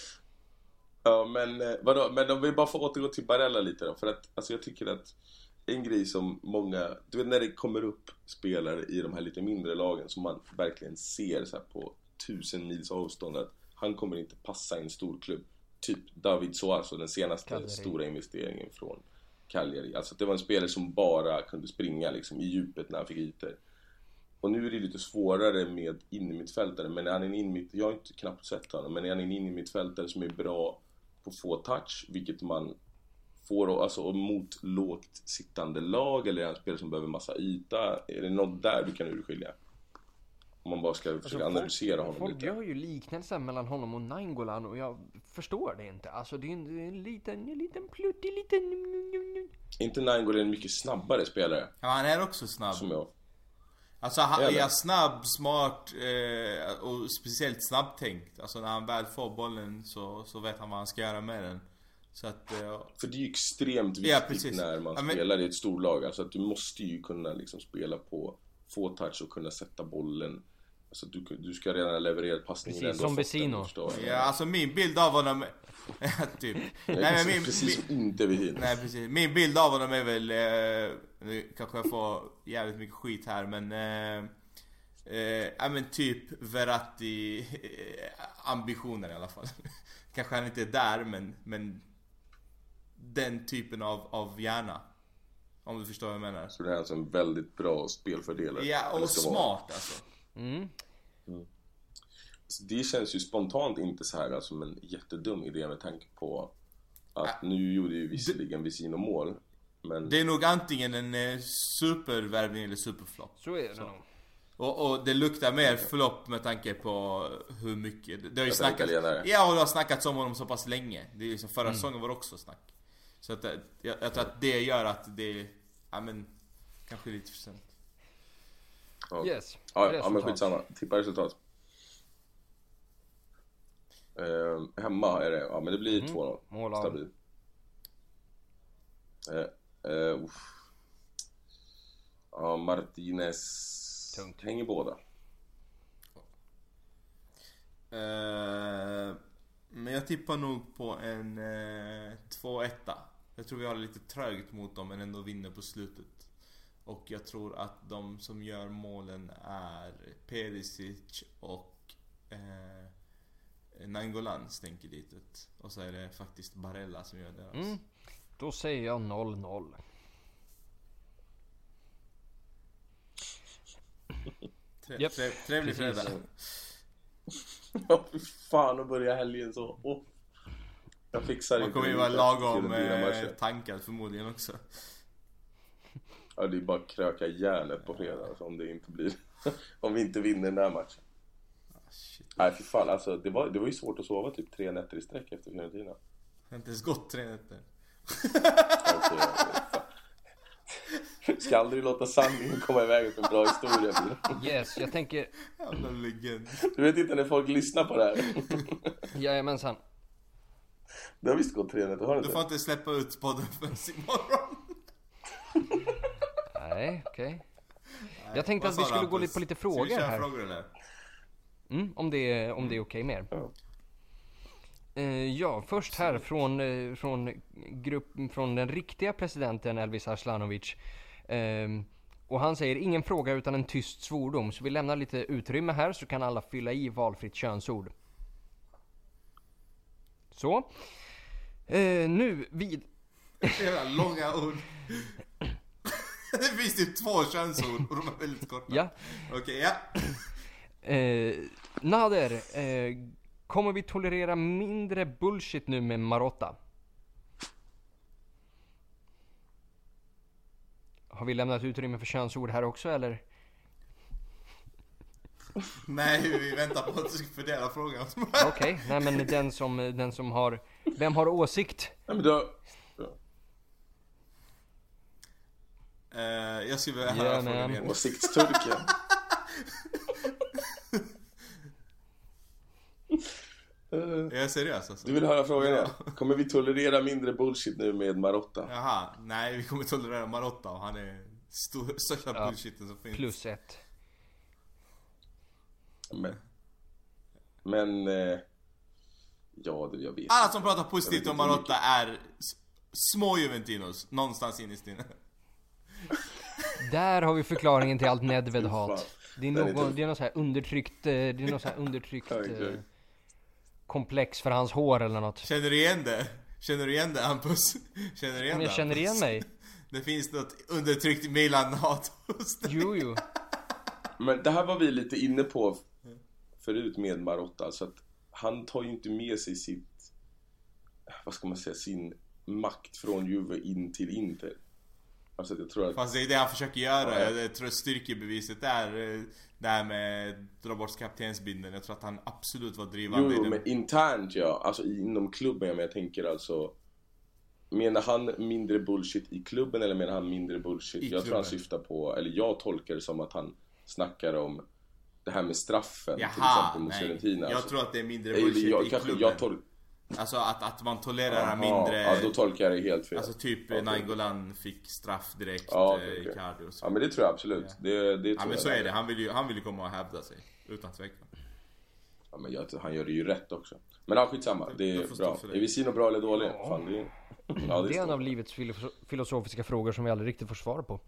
Ja, men vadå? Men om vi bara får återgå till Barella lite då. För att alltså jag tycker att en grej som många, du vet när det kommer upp spelare i de här lite mindre lagen som man verkligen ser så här på tusen mils avstånd att han kommer inte passa i en stor klubb. Typ David Soares, den senaste Cagliari. Stora investeringen från Cagliari. Alltså det var en spelare som bara kunde springa liksom i djupet när han fick ytor. Och nu är det lite svårare med innermittfältare, men är han en innermitt, jag har inte knappt sett honom, men är han en innermittfältare som är bra på få touch, vilket man får alltså mot lågt sittande lag, eller är han en spelare som behöver massa yta? Är det något där du kan urskilja? Om man bara ska försöka alltså, analysera folk, honom lite. Folk gör ju liknelser mellan honom och Nainggolan och jag förstår det inte. Alltså det är en, en liten, en liten pluttig liten... Inte Nainggolan en mycket snabbare spelare? Ja, han är också snabb. Som jag. Alltså han är, är snabb, smart eh, och speciellt snabbtänkt. Alltså när han väl får bollen så, så vet han vad han ska göra med den. Så att, eh, för det är ju extremt viktigt ja, när man ja, men... spelar i ett storlag. Alltså att du måste ju kunna liksom spela på få touch och kunna sätta bollen. Alltså du, du ska redan leverera passningen. Precis, som Vecino. Ja, alltså min bild av honom typ. Nej, nej, men min, precis min, inte Vecino. Nej, precis. Min bild av honom är väl eh, nu kanske jag får jävligt mycket skit här, men eh, eh, ja men typ Verratti eh, ambitioner i alla fall. Kanske han inte är där, men men den typen av av hjärna. Om du förstår vad jag menar. Så det är alltså en väldigt bra spelfördelare. Ja, och smart alltså. Mm. Mm. Så det känns ju spontant inte så här som en jättedum idé med tanke på att äh. nu gjorde ju visserligen Vecino mål, Men Det är nog antingen en eh, supervärvning eller superflopp. Så är det nog. Och, och det luktar mer flopp med tanke på hur mycket det har ju Att han är snackats. italienare. Ja, och det har snackats om honom så pass länge. Det är liksom förra Mm. säsongen var det också snack. Så att det- jag, jag tror att det gör att det ja men kanske lite för sent. ja. Yes. Ja, ja, ja, men Resultat. skitsamma. Tippa resultat. Eh, hemma är det, ja men det blir Mhm. två noll. Mål av- Stabil. Eh, eh, uff. Ja, Martinez Tungt. hänger båda. Eh, men jag tippar nog på en eh, två ett. Jag tror vi har det lite trögt mot dem men ändå vinner på slutet. Och jag tror att de som gör målen är Perisic och eh, Nainggolan stänker dit ett. Och så är det faktiskt Barella som gör deras. Mm. Då säger jag noll noll. Tre, Japp, tre, trevlig precis. fredag. Ja, fy fan att börja helgen så. Åh. Jag fixar Man inte kommer ju det vara till lagom den dina eh, matcher. tankad förmodligen också. Ja, det är bara att kröka järnet på fredag alltså, om det inte blir om vi inte vinner den här matchen. Ah, shit. Nej, för fan, alltså det var, det var ju svårt att sova typ tre nätter i sträck efter Fiorentina. Jag har inte ens gått tre nätter. Okej, fan. Ska aldrig låta sanningen komma iväg på en bra historia. Yes, jag tänker... Jävla legend. Du vet inte när folk lyssnar på det här. Jajamensan. Det har visst gått tre nätter, har det Du inte? får inte släppa ut podden förrän imorgon. Nej, okej. Jag tänkte Vad att vi sa skulle du, gå Hampus? lite på lite Ska vi frågor köra här. frågor eller? Mm, om det är, om det är okej med er. Ja. Eh, ja, först här från, eh, från, grupp, från den riktiga presidenten Elvis Arslanovic. Ehm, och han säger ingen fråga utan en tyst svordom. Så vi lämnar lite utrymme här så kan alla fylla i valfritt könsord. Så. Eh, nu vid... Jävla långa ord. Det finns typ två könsord och de är väldigt korta. Ja. Okej, ja. Eh, Nader, eh, kommer vi tolerera mindre bullshit nu med Marotta? Har vi lämnat utrymme för könsord här också eller? Nej, vi väntar på att du ska fördela frågan. Okej, nej men den som, den som har, vem har åsikt? Nej, men då... Eh, jag skulle vilja höra Yeah, frågan man. igen. Åsiktsturken. Eh, Jag är seriös alltså. Du vill höra frågan igen? Kommer vi tolerera mindre bullshit nu med Marotta? Jaha, nej vi kommer tolerera Marotta och han är stor, största Ja. bullshiten som finns. Plus ett. Men... Men... Eh, ja, det jag vet. Alla som pratar Jag vet positivt inte om hur Marotta är s- små Juventinos, någonstans innerst inne. Där har vi förklaringen till allt Fan. Nedved-hat. Det är Den är någon, tuff. det är något så här undertryckt, eh, det är något så här undertryckt Ja, eh, exakt. komplex för hans hår eller något. Känner du igen det? Känner du igen det Hampus? Känner du igen Men det jag känner Hampus? igen mig. Det finns något undertryckt Milan-hat hos dig. Jo, jo. Men det här var vi lite inne på förut med Marotta. Så att han tar ju inte med sig sitt... Vad ska man säga? Sin makt från Juve in till Inter. Alltså jag tror att... Fast det är det han försöker göra. Ja, ja. Jag tror styrkebeviset är eh, det här med dra bort kaptensbindeln. Jag tror att han absolut var drivande Jo, i jo den. men internt ja. Alltså inom klubben. Men jag tänker alltså... Menar han mindre bullshit i klubben eller menar han mindre bullshit? I jag tror han klubben. syftar på... Eller jag tolkar det som att han snackar om det här med straffen till Jaha, exempel mot nej. Fiorentina. Jag Alltså, tror att det är mindre eller bullshit jag, i kanske, klubben. jag tol- Alltså att, att man tolererar Jaha, mindre... Ja, då tolkar jag det helt fel. Alltså typ Okej. Nainggolan fick straff direkt, Ja, ja, okej, okej. Icardi och så. Ja men det tror jag absolut. Ja. Det, det Ja tror men jag så är det, han vill ju, han vill ju komma och hävda sig. Utan tvekan. Ja, men jag, han gör det ju rätt också. Men ja, skitsamma. Det Jag är får stå bra. för det. Är Visino bra eller dålig? Ja. Fan, det är... Ja, Det är en står. av livets filo- filosofiska frågor som vi aldrig riktigt får svar på.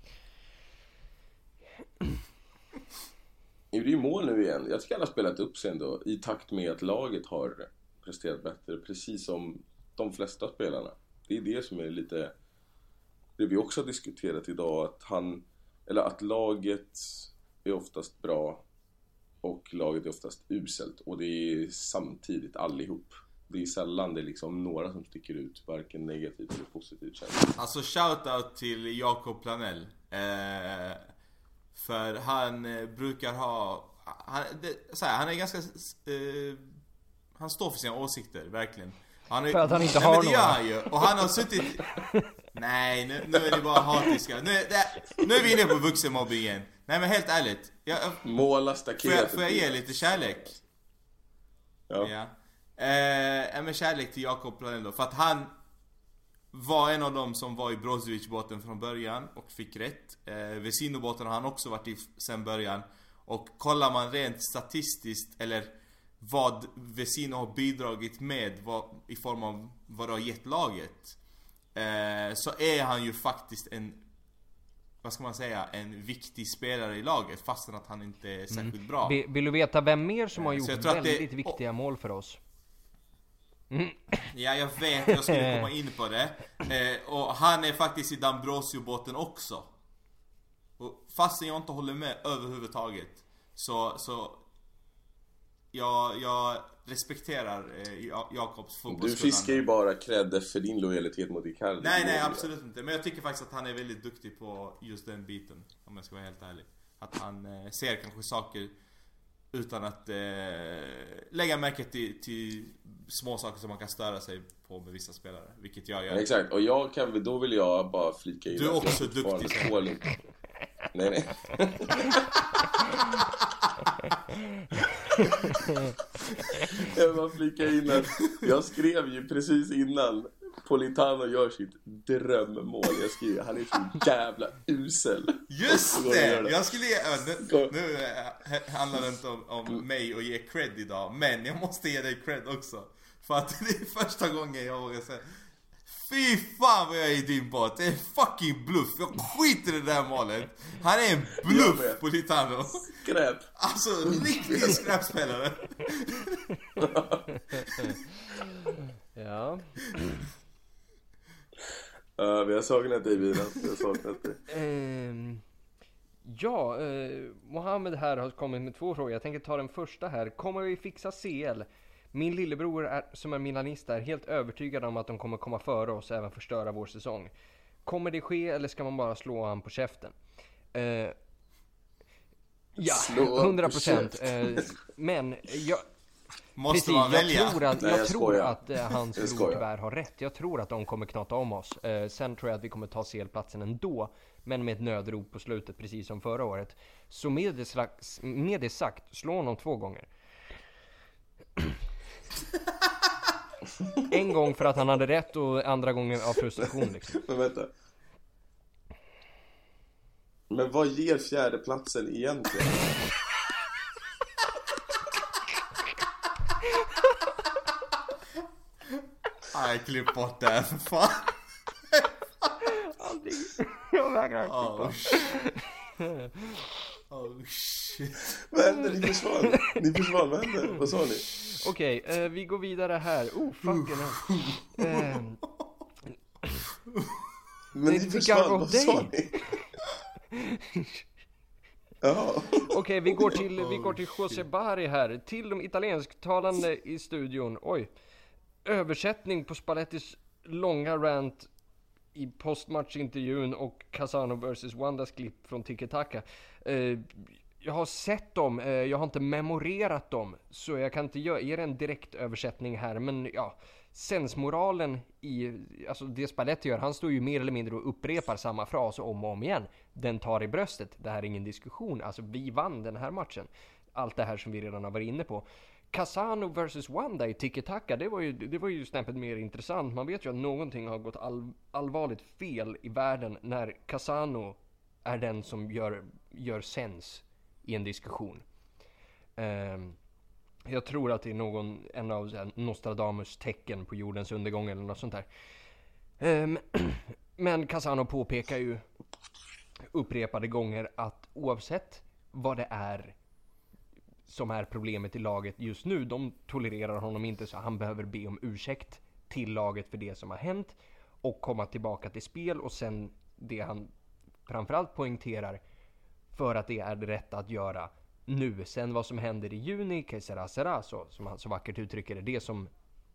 Är det ju mål nu igen? Jag tycker han har spelat upp sig ändå. I takt med att laget har presterat bättre. Precis som de flesta spelarna. Det är det som är lite... Det vi också har diskuterat idag. Att han... Eller att laget är oftast bra. Och laget är oftast uselt. Och det är samtidigt allihop. det är sällan det är liksom några som sticker ut, varken negativt eller positivt känns. Alltså shoutout till Jakob Planell. Eh, för han eh, brukar ha han, det, så här, han är ganska eh, han står för sina åsikter, verkligen. Han är, för att han inte nej, har men det gör några. han ju. Och han har suttit. Nej, nu, nu är det bara hatiska. Nu, det, nu är vi inne på vuxenmobbing igen. Nej, men helt ärligt. Jag, Måla staketet. Får jag, får jag ge lite kärlek? Ja. Ja. Eh, med kärlek till Jakob Planell. För att han var en av dem som var i Brozovic-båten från början och fick rätt. Eh, Vesino-båten har han också varit i sen början. Och kollar man rent statistiskt, eller vad Vesino har bidragit med vad, i form av vad det har gett laget, eh, så är han ju faktiskt en, vad ska man säga, en viktig spelare i laget, fastän att han inte är särskilt mm. bra. Vill, vill du veta vem mer som har Så gjort jag tror att väldigt det- viktiga mål för oss? Ja, jag vet, jag skulle komma in på det. eh, Och han är faktiskt i D'Ambrosio-båten också. Och fastän jag inte håller med överhuvudtaget, Så, så jag, jag respekterar eh, Ja- Jakobs Du fotbollskunnande. fiskar ju bara credde för din lojalitet mot Icardi. Nej, nej, absolut inte. Men jag tycker faktiskt att han är väldigt duktig på just den biten, om jag ska vara helt ärlig. Att han eh, ser kanske saker utan att eh, lägga märke till, till små saker som man kan störa sig på med vissa spelare, vilket jag gör. Ja, exakt, och jag kan, då vill jag bara flika in. Du är att jag också fortfarande duktig, tål inte- Nej, nej. Jag vill bara flika in att jag skrev ju precis innan Politano gör sitt drömmål. Jag skrev, han är så jävla usel. Just Och så går jag och gör det! Jag skulle ge, äh, nu, Gå. nu äh, handlar det inte om, om mig och ge cred idag, men jag måste ge dig cred också. För att det är första gången jag vågar säga: fy fan vad jag är i din båt. Det är fucking bluff. Jag skiter i det där målet. Han är en Jag bluff, vet. Politano. Skräp. Alltså, riktig skräpspelare. Ja. Uh, vi har saknat dig, Vilan. Vi har saknat dig. Ehm, ja, eh, Mohammed här har kommit med två frågor. Jag tänker ta den första här. Kommer vi fixa C L? Min lillebror är, som är milanista, är helt övertygad om att de kommer komma före oss och även förstöra vår säsong. Kommer det ske eller ska man bara slå han på käften? Eh, ja, Slå han på hundra procent. käften. Eh, men jag... Måste Precis, man välja? jag tror att, Nej, jag jag tror skojar. att eh, hans Jag bror skojar. tyvärr har rätt. Jag tror att de kommer knata om oss. Eh, sen tror jag att vi kommer ta C L-platsen ändå, men med ett nödrop på slutet, precis som förra året. Så med det, slags, med det sagt, slå honom två gånger. En gång för att han hade rätt och andra gången av frustration liksom. Men vänta. Men vad ger fjärdeplatsen egentligen? Nej, klipp bort det här, för fan. Aldrig. Jag vägrar Oh shit. Oh shit. Vad hände? Ni försvann. Ni försvann, vad hände? Vad sa ni? Okej, eh, vi går vidare här. Oh, fucking hell. Eh, Men Det- ni det försvann, garvar vad åt sa dig. ni? Ja. Okej, vi går till vi går till José Bari här. Till de italiensktalande i studion. Oj. Översättning på Spallettis långa rant i postmatchintervjun och Casano versus Wandas klipp från Tiki Taka. Eh, jag har sett dem, eh, jag har inte memorerat dem, så jag kan inte ge er en direkt översättning här, men ja, sensmoralen i, alltså det Spalletti gör, han står ju mer eller mindre och upprepar samma fras om och om igen. Den tar i bröstet, det här är ingen diskussion, alltså vi vann den här matchen. Allt det här som vi redan har varit inne på. Casano versus Wanda i Tiki Taka, det var ju, det var ju snäppet mer intressant. Man vet ju att någonting har gått all, allvarligt fel i världen när Casano är den som gör, gör sens i en diskussion. Um, jag tror att det är någon, en av så här, Nostradamus tecken på jordens undergång eller något sånt där. Um, men Casano påpekar ju upprepade gånger att oavsett vad det är som är problemet i laget just nu, de tolererar honom inte, så han behöver be om ursäkt till laget för det som har hänt och komma tillbaka till spel, och sen det han framförallt poängterar för att det är det rätta att göra nu. Sen vad som händer i juni, que sera sera, så, som han så vackert uttrycker det, det som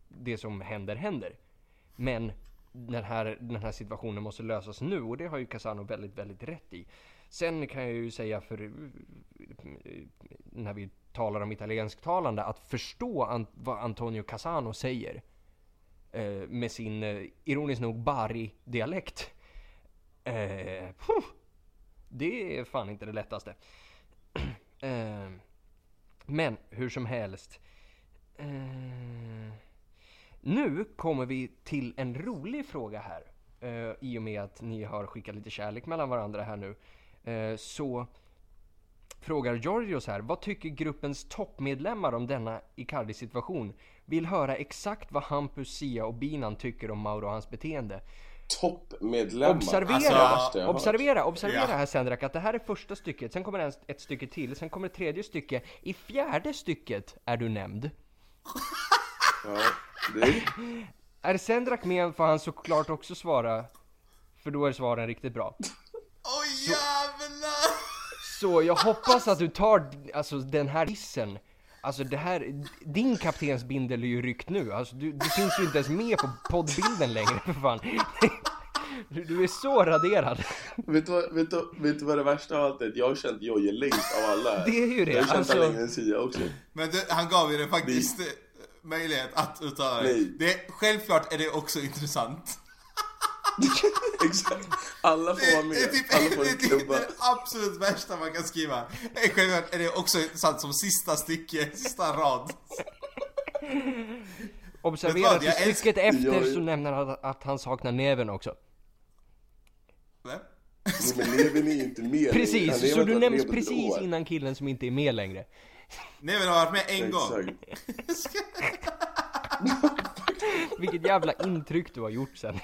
det som händer händer. Men den här, den här situationen måste lösas nu, och det har ju Casano väldigt, väldigt rätt i. Sen kan jag ju säga, för när vi talar om italiensktalande, att förstå an, vad Antonio Casano säger eh, med sin eh, ironiskt nog Bari-dialekt. Eh, det är fan inte det lättaste. eh, men hur som helst. Eh, nu kommer vi till en rolig fråga här. Eh, I och med att ni har skickat lite kärlek mellan varandra här nu. Eh, så frågar Georgios här: vad tycker gruppens toppmedlemmar om denna Icardi-situation? Vill höra exakt vad Hampus, Sia och Binan tycker om Mauro och hans beteende. Toppmedlemmar? Observera, Alltså, observera, observera ja. här Sendrak, att det här är första stycket. Sen kommer ett, ett stycke till, sen kommer ett tredje stycke. I fjärde stycket är du nämnd. Ja, det... Är Sendrak med, får han såklart också svara, för då är svaren riktigt bra. Oj jävlar! Så jag hoppas att du tar alltså den här dissen. Alltså det här, din kaptensbindel är ju ryckt nu. Alltså du, du finns ju inte ens med på poddbilden längre, för fan. Du, du är så raderad. Vet du, vad, vet, du, vet du vad det värsta av allt är? Jag har känt Jojje längst av alla här. Det är ju det. Jag har känt Alltså... längre än Sia också. Men det, han gav ju det faktiskt det... möjlighet att uttala det. Nej. det. Självklart är det också intressant. Exakt. Alla får vara med. Det är typ, Alla får det, en är typ klubba. det absolut värsta man kan skriva. Självklart är det också intressant som sista stycke, sista rad. Observera att i Jag stycket älskar- efter Jag- så nämner han att, att han saknar näven också. Nej. Jo, men Levin är ju inte med längre. Han Precis, är så väl du varit nämns med på ett precis år. innan killen som inte är med längre. Nej men har varit med en gång. Exakt. Vilket jävla intryck du har gjort sen.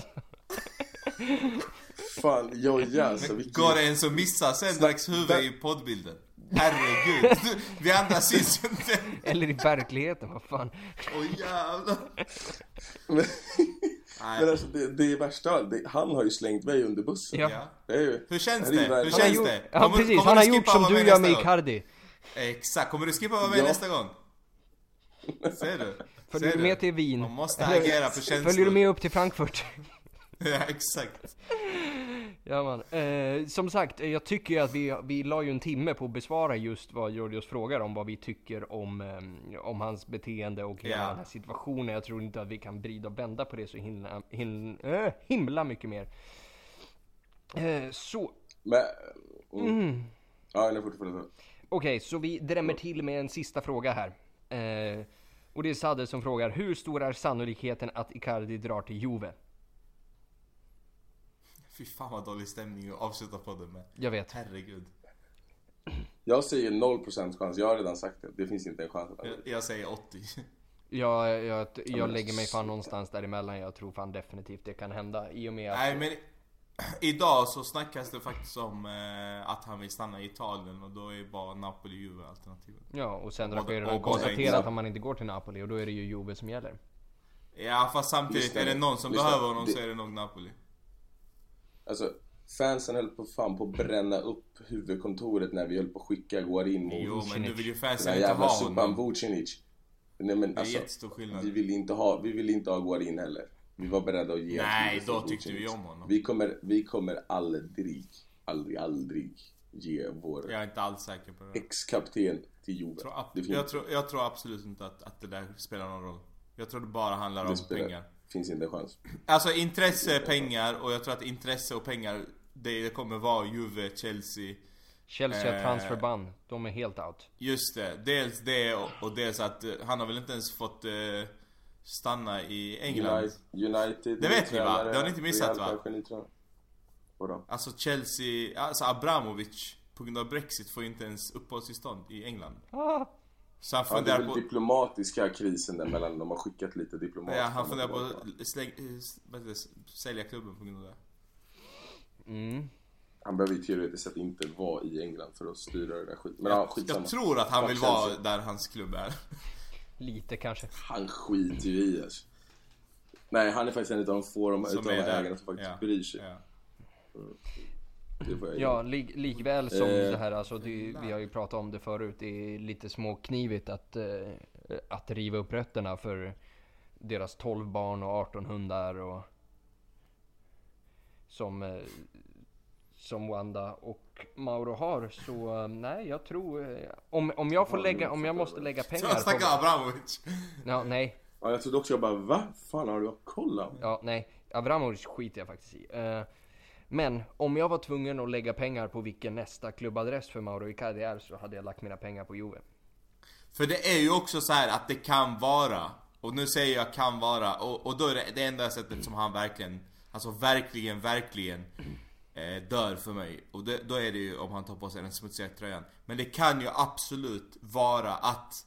Fan, Jojje alltså. vilken- Går det ens att missa Sendraks huvud i poddbilden? Herregud. Vi andra syns ju inte. Eller i verkligheten, vad fan. Åh jävlar. Men, Nej. men alltså det, det är värsta. Det, han har ju slängt mig under bussen. Ja. Ja. Det är ju, Hur känns är ju det? Hur världens- Han har känns gjort, det? ja Kommer- precis, kommer han har du gjort skippa som vara du med gör nästa med gång? Icardi. Exakt, kommer du skippa vara med Ja. nästa gång? Ser du? Följer Ser du med till Wien? Man måste Eller, agera på känslor. följer du med upp till Frankfurt? Ja, exakt. Ja man, eh, som sagt, jag tycker ju att vi, vi la ju en timme på att besvara just vad Georgios frågar om, vad vi tycker om, eh, om hans beteende och hela Ja. den här situationen. Jag tror inte att vi kan vrida och vända på det så himla, himla, äh, himla mycket mer. Eh, så, Men, mm. mm. Ja, jag är fortfarande så. Okej, så vi drämmer till med en sista fråga här. Eh, och det är Sadde som frågar: hur stor är sannolikheten att Icardi drar till Juve? Fy fan vad dålig stämning att avsluta podden med. Jag vet. Herregud. Jag säger noll procent chans. Jag har redan sagt det. Det finns inte en chans. Jag, jag säger åttio. Jag, jag, jag men lägger mig fan så- någonstans däremellan. Jag tror fan definitivt det kan hända. I och med att... Nej men idag så snackas det faktiskt om eh, att han vill stanna i Italien och då är bara Napoli-Juve alternativet. Ja, och sen Båda- har redan och båda konstaterat inte. att man inte går till Napoli. Och då är det ju Juve som gäller. Ja fast samtidigt Lyssna är det nu. någon som Lyssna. behöver honom Det- så är det nog Napoli. Alltså, fansen höll på fan på att bränna upp huvudkontoret när vi höll på att skicka Guarin mot Jo men nu vill ju den fansen här inte jävla ha Supan honom. Vucinic. Nej men Det är alltså, jättestor skillnad. vi vill inte ha, vi vill inte ha Guarin heller. Vi var beredda att ge Nej, oss då till tyckte vi Vucinic. om honom. Vi kommer, vi kommer aldrig, aldrig, aldrig ge vår Jag är inte alls säker på det. ex-kapten till Juve. Jag tror, ab- Det finns jag, tror, jag tror absolut inte att, att det där spelar någon roll. Jag tror det bara handlar det om spelar, pengar. finns inte en chans. Alltså intresse, pengar och jag tror att intresse och pengar det, det kommer vara Juve, Chelsea. Chelsea har Eh. transferban. De är helt out. Just det, dels det och, och dels att eh, han har väl inte ens fått eh, stanna i England. United, United Det vet ni, va? tränare, Det har ni inte missat, Real va? kanske ni tror. Vadå? Alltså Chelsea, alltså Abramovic på grund av Brexit får ju inte ens uppehållstillstånd i England. Ah. Så han Ja, det är funderar väl på... diplomatiska krisen där mellan, de har skickat lite diplomater. Ja, han funderar på att släng, eh, vad heter det, sälja klubben på grund av det. Mm. Han behöver ju teoretiskt sett inte vara i England för att styra det där skit. Men ja, Jag, skitsamma. jag tror att han Fuck vill Chelsea. vara där hans klubb är. Lite kanske. Han skiter ju i alltså. Nej, han är faktiskt en av de få de, Som utav är de där. ägarna som faktiskt Ja, bryr sig. ja. Det får jag Ja, lik, likväl som Eh. det här, alltså det, vi har ju pratat om det förut, det är lite småknivigt att, eh, att riva upp rötterna för deras tolv barn och arton hundar och som eh, som Wanda och Mauro har. Så eh, nej, jag tror eh, om, om jag får lägga, om jag måste lägga pengar Jag snackar Abramovic. Ja, nej. Ja, jag trodde också, jag bara, va? Fan, har du kollat? Ja, nej. Abramovic skiter jag faktiskt i. Eh, men om jag var tvungen att lägga pengar på vilken nästa klubbadress för Mauro Icardi är, så hade jag lagt mina pengar på Juve. För det är ju också så här att det kan vara, och nu säger jag kan vara, och, och då är det det enda sättet som han verkligen, alltså verkligen, verkligen eh, dör för mig. Och det, då är det ju om han tar på sig den smutsiga tröjan. Men det kan ju absolut vara att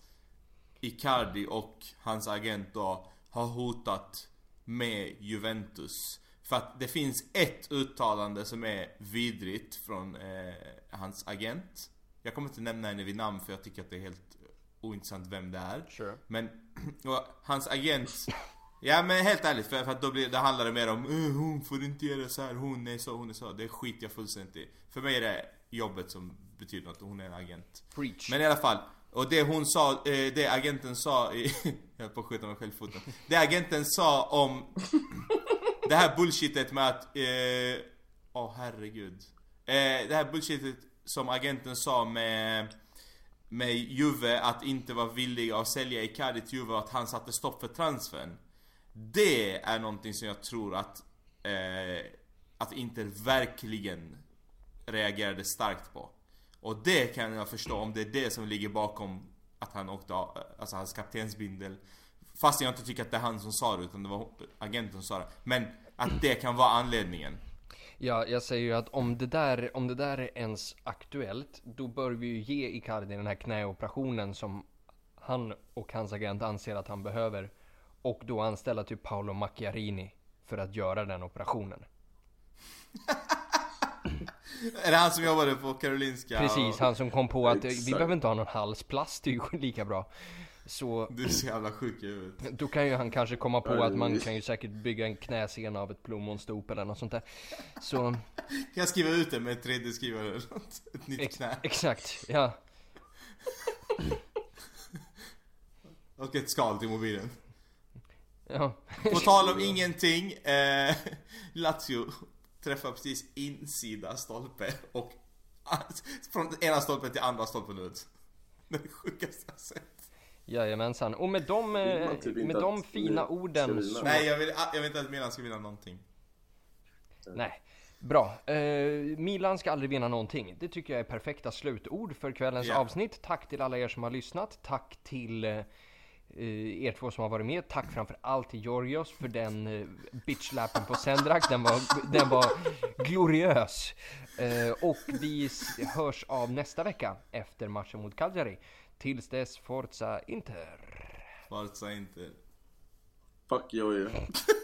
Icardi och hans agent då har hotat med Juventus. För att det finns ett uttalande som är vidrigt från eh, hans agent. Jag kommer inte nämna henne vid namn för jag tycker att det är helt ointressant vem det är. Sure. Men och, hans agent, ja men helt ärligt, för, för att då blir, det handlar det mer om uh, hon får inte göra så här, hon är så, hon är så. Det skiter jag fullständigt i. För mig är det jobbet som betyder att hon är en agent. Preach. Men i alla fall, och det hon sa, eh, det agenten sa i, jag höll på att skjuta mig själv i foten. Det agenten sa om det här bullshitet med att åh eh, oh, herregud eh, det här bullshitet som agenten sa med med Juve, att inte vara villig att sälja Icardi till Juve, att han satte stopp för transfern. Det är någonting som jag tror att eh, att Inter verkligen reagerade starkt på. Och det kan jag förstå om det är det som ligger bakom att han åkte av, alltså hans kaptensbindel. Fast jag inte tycker att det är han som sa det, utan det var agenten som sa det. Men att det kan vara anledningen. Ja, jag säger ju att om det där, om det där är ens aktuellt, då bör vi ju ge Icardi den här knäoperationen som han och hans agent anser att han behöver. Och då anställa typ Paolo Macchiarini för att göra den operationen. Är det han som jobbade på Karolinska? Precis, han som kom på att Exakt. vi behöver inte ha någon halsplast, det är ju lika bra. Så Du är så jävla sjuk i huvudet. då kan ju han kanske komma på Ja, att man det- kan ju säkert bygga en knäsena av ett plommonstop eller något sånt där. Så Kan jag skriva ut det med tre D-skrivare eller något? Ett nytt ex- knä. exakt, ja. Och ett skal till mobilen. Ja. På tal om ingenting, eh, Lazio träffar precis insida stolpe och från ena stolpen till andra stolpen ut. Det är det sjukaste jag sett. Jajamensan. Och med de, Vill eh, man typ inte med de att fina vi ska orden vinna? så... Nej, jag vill, jag vill inte att Milan ska vinna någonting. Nej. Bra. Eh, Milan ska aldrig vinna någonting. Det tycker jag är perfekta slutord för kvällens Ja. avsnitt. Tack till alla er som har lyssnat. Tack till eh, er två som har varit med. Tack framför allt till Georgios för den eh, bitchlappen på Sendrak. Den var, den var gloriös. Eh, och vi s- hörs av nästa vecka efter matchen mot Cagliari. Tills dess, Forza Inter. Forza inte. Fuck Jojo.